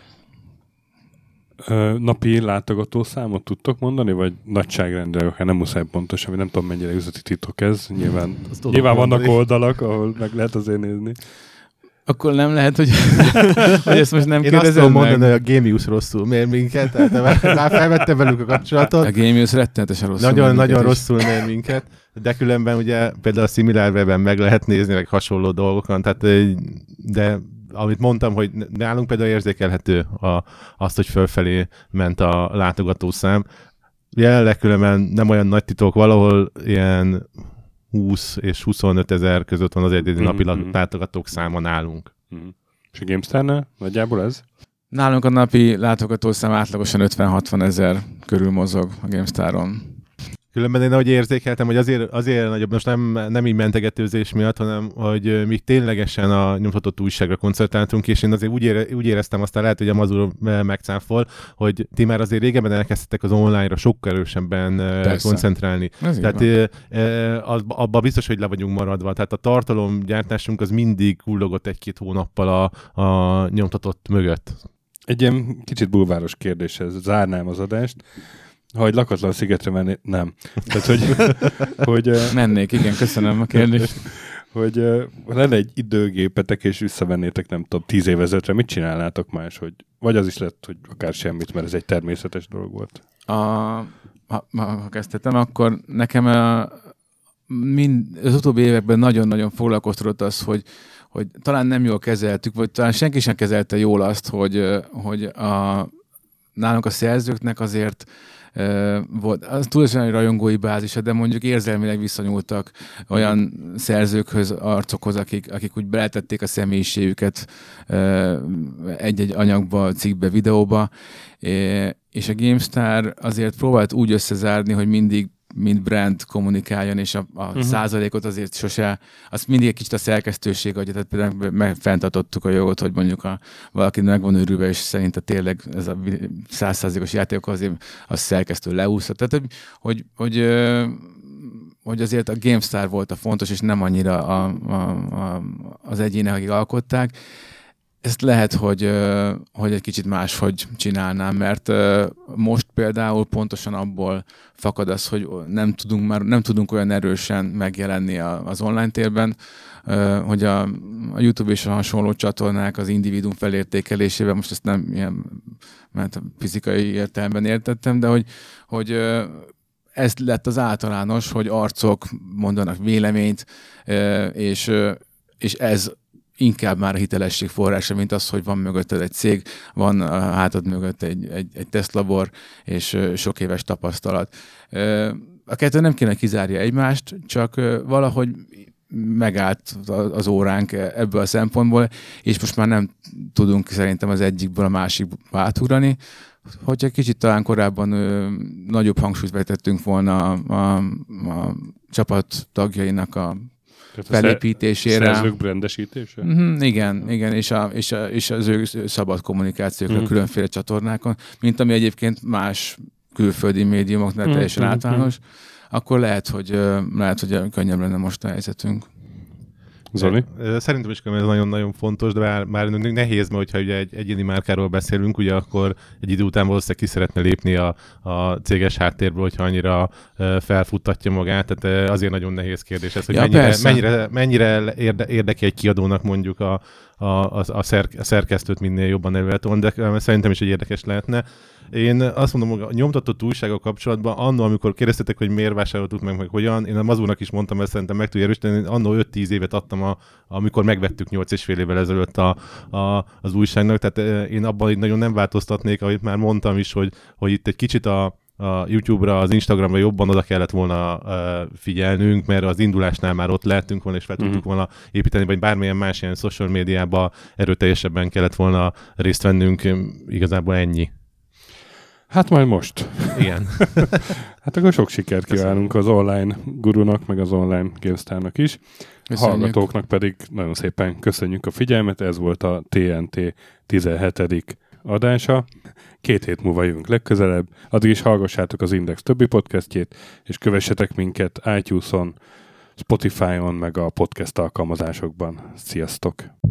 Napi látogató számot tudtok mondani, vagy nagyságrendel, ha nem muszáj pontosan, vagy nem tudom mennyire üzleti titok ez. Nyilván vannak oldalak, ahol meg lehet azért nézni. Akkor nem lehet, hogy ezt most nem kérdezem meg. Én azt tudom mondani, hogy a Gamius rosszul mér minket, tehát már felvettem velük a kapcsolatot. A Gamius rettenetesen rosszul Nagyon rosszul mér minket, de különben ugye például a SimilarWeb-en meg lehet nézni, meg hasonló dolgokon, tehát de amit mondtam, hogy nálunk például érzékelhető azt, hogy fölfelé ment a látogatószám. Jelenleg különben nem olyan nagy titok, valahol ilyen 20 és 25 ezer között van az egyedi napi látogatók száma nálunk. És a GameStar-nál nagyjából ez? Nálunk a napi látogatószám átlagosan 50-60 ezer körül mozog a GameStar-on. Különben én ahogy érzékeltem, hogy azért nagyobb, most nem így mentegetőzés miatt, hanem hogy mi ténylegesen a nyomtatott újságra koncentráltunk, és én azért úgy éreztem, aztán lehet, hogy a Mazur megcáfol, hogy ti már azért régebben elkezdtetek az online-ra sokkal erősebben koncentrálni. Tehát abban biztos, hogy le vagyunk maradva. Tehát a tartalomgyártásunk az mindig kullogott 1-2 hónappal a nyomtatott mögött. Egy ilyen kicsit bulváros kérdéshez zárnám az adást. Ha egy lakatlan szigetre mennék, nem. Tehát, hogy mennék, igen, köszönöm a kérdést. Hogy lenne egy időgépetek, és visszavennétek, nem tudom, 10 évezetre, mit csinálnátok más? Vagy az is lett, hogy akár semmit, mert ez egy természetes dolog volt. Ha kezdtem, akkor nekem az utóbbi években nagyon-nagyon foglalkoztatott az, hogy talán nem jól kezeltük, vagy talán senki sem kezelte jól azt, hogy nálunk a szerzőknek azért volt, az túlságosan egy rajongói bázisa, de mondjuk érzelmileg viszonyultak olyan szerzőkhöz, arcokhoz, akik úgy beletették a személyiségüket egy-egy anyagba, cikkbe, videóba, és a GameStar azért próbált úgy összezárni, hogy mindig mint brand kommunikáljon, és a százalékot azért sose, azt mindig egy kicsit a szerkesztőség adja, tehát például fenntartottuk a jogot, hogy mondjuk valaki meg van őrülve, és szerint tényleg ez a 100%-os játékok azért a szerkesztő leúszta. Tehát, hogy azért a GameStar volt a fontos, és nem annyira az egyének, akik alkották. Ezt lehet, hogy egy kicsit máshogy csinálnám, mert most például pontosan abból fakad az, hogy nem tudunk olyan erősen megjelenni az online térben, hogy a YouTube és a hasonló csatornák az individuum felértékelésével, most ezt nem ilyen, mert fizikai értelemben értettem, de hogy ez lett az általános, hogy arcok mondanak véleményt, és ez inkább már a hitelesség forrása, mint az, hogy van mögötted egy cég, van a hátad mögött egy tesztlabor, és sok éves tapasztalat. A kettő nem kéne kizárja egymást, csak valahogy megállt az óránk ebből a szempontból, és most már nem tudunk szerintem az egyikből a másikba átugrani. Hogyha kicsit talán korábban nagyobb hangsúlyt vetettünk volna a csapat tagjainak a felépítésére. Szerzők brandesítése? Igen, és az ő szabad kommunikációkra különféle csatornákon, mint ami egyébként más külföldi médiumoknál teljesen általános, akkor lehet, hogy könnyebb lenne most a helyzetünk. Zoli? Szerintem is ez nagyon-nagyon fontos, de már nehéz, mert hogyha ugye egy egyéni márkáról beszélünk, ugye akkor egy idő után valószínűleg ki szeretne lépni a céges háttérből, hogyha annyira felfuttatja magát, tehát azért nagyon nehéz kérdés ez, hogy mennyire érdekli egy kiadónak mondjuk a szerkesztőt minél jobban elővetolni, de szerintem is egy érdekes lehetne. Én azt mondom, hogy a nyomtatott újságok kapcsolatban, annó, amikor kérdeztetek, hogy miért vásároltuk meg hogyan, én a Mazurnak is mondtam, ezt szerintem meg tudja erősíteni, annó 5-10 évet adtam, amikor megvettük 8,5 évvel ezelőtt az újságnak, tehát én abban így nagyon nem változtatnék, ahogy már mondtam is, hogy itt egy kicsit a YouTube-ra, az Instagramra jobban oda kellett volna figyelnünk, mert az indulásnál már ott lehetünk volna, és fel tudtuk volna építeni, vagy bármilyen más ilyen social médiában erőteljesebben kellett volna részt vennünk, igazából ennyi. Hát majd most. Igen. Hát akkor sok sikert kívánunk az online gurunak, meg az online GameStar-nak is. Köszönjük. Hallgatóknak pedig nagyon szépen köszönjük a figyelmet, ez volt a TNT 17. adása. 2 hét múlva jövünk legközelebb, addig is hallgassátok az Index többi podcastjét, és kövessetek minket iTunes-on, Spotify-on, meg a podcast alkalmazásokban. Sziasztok!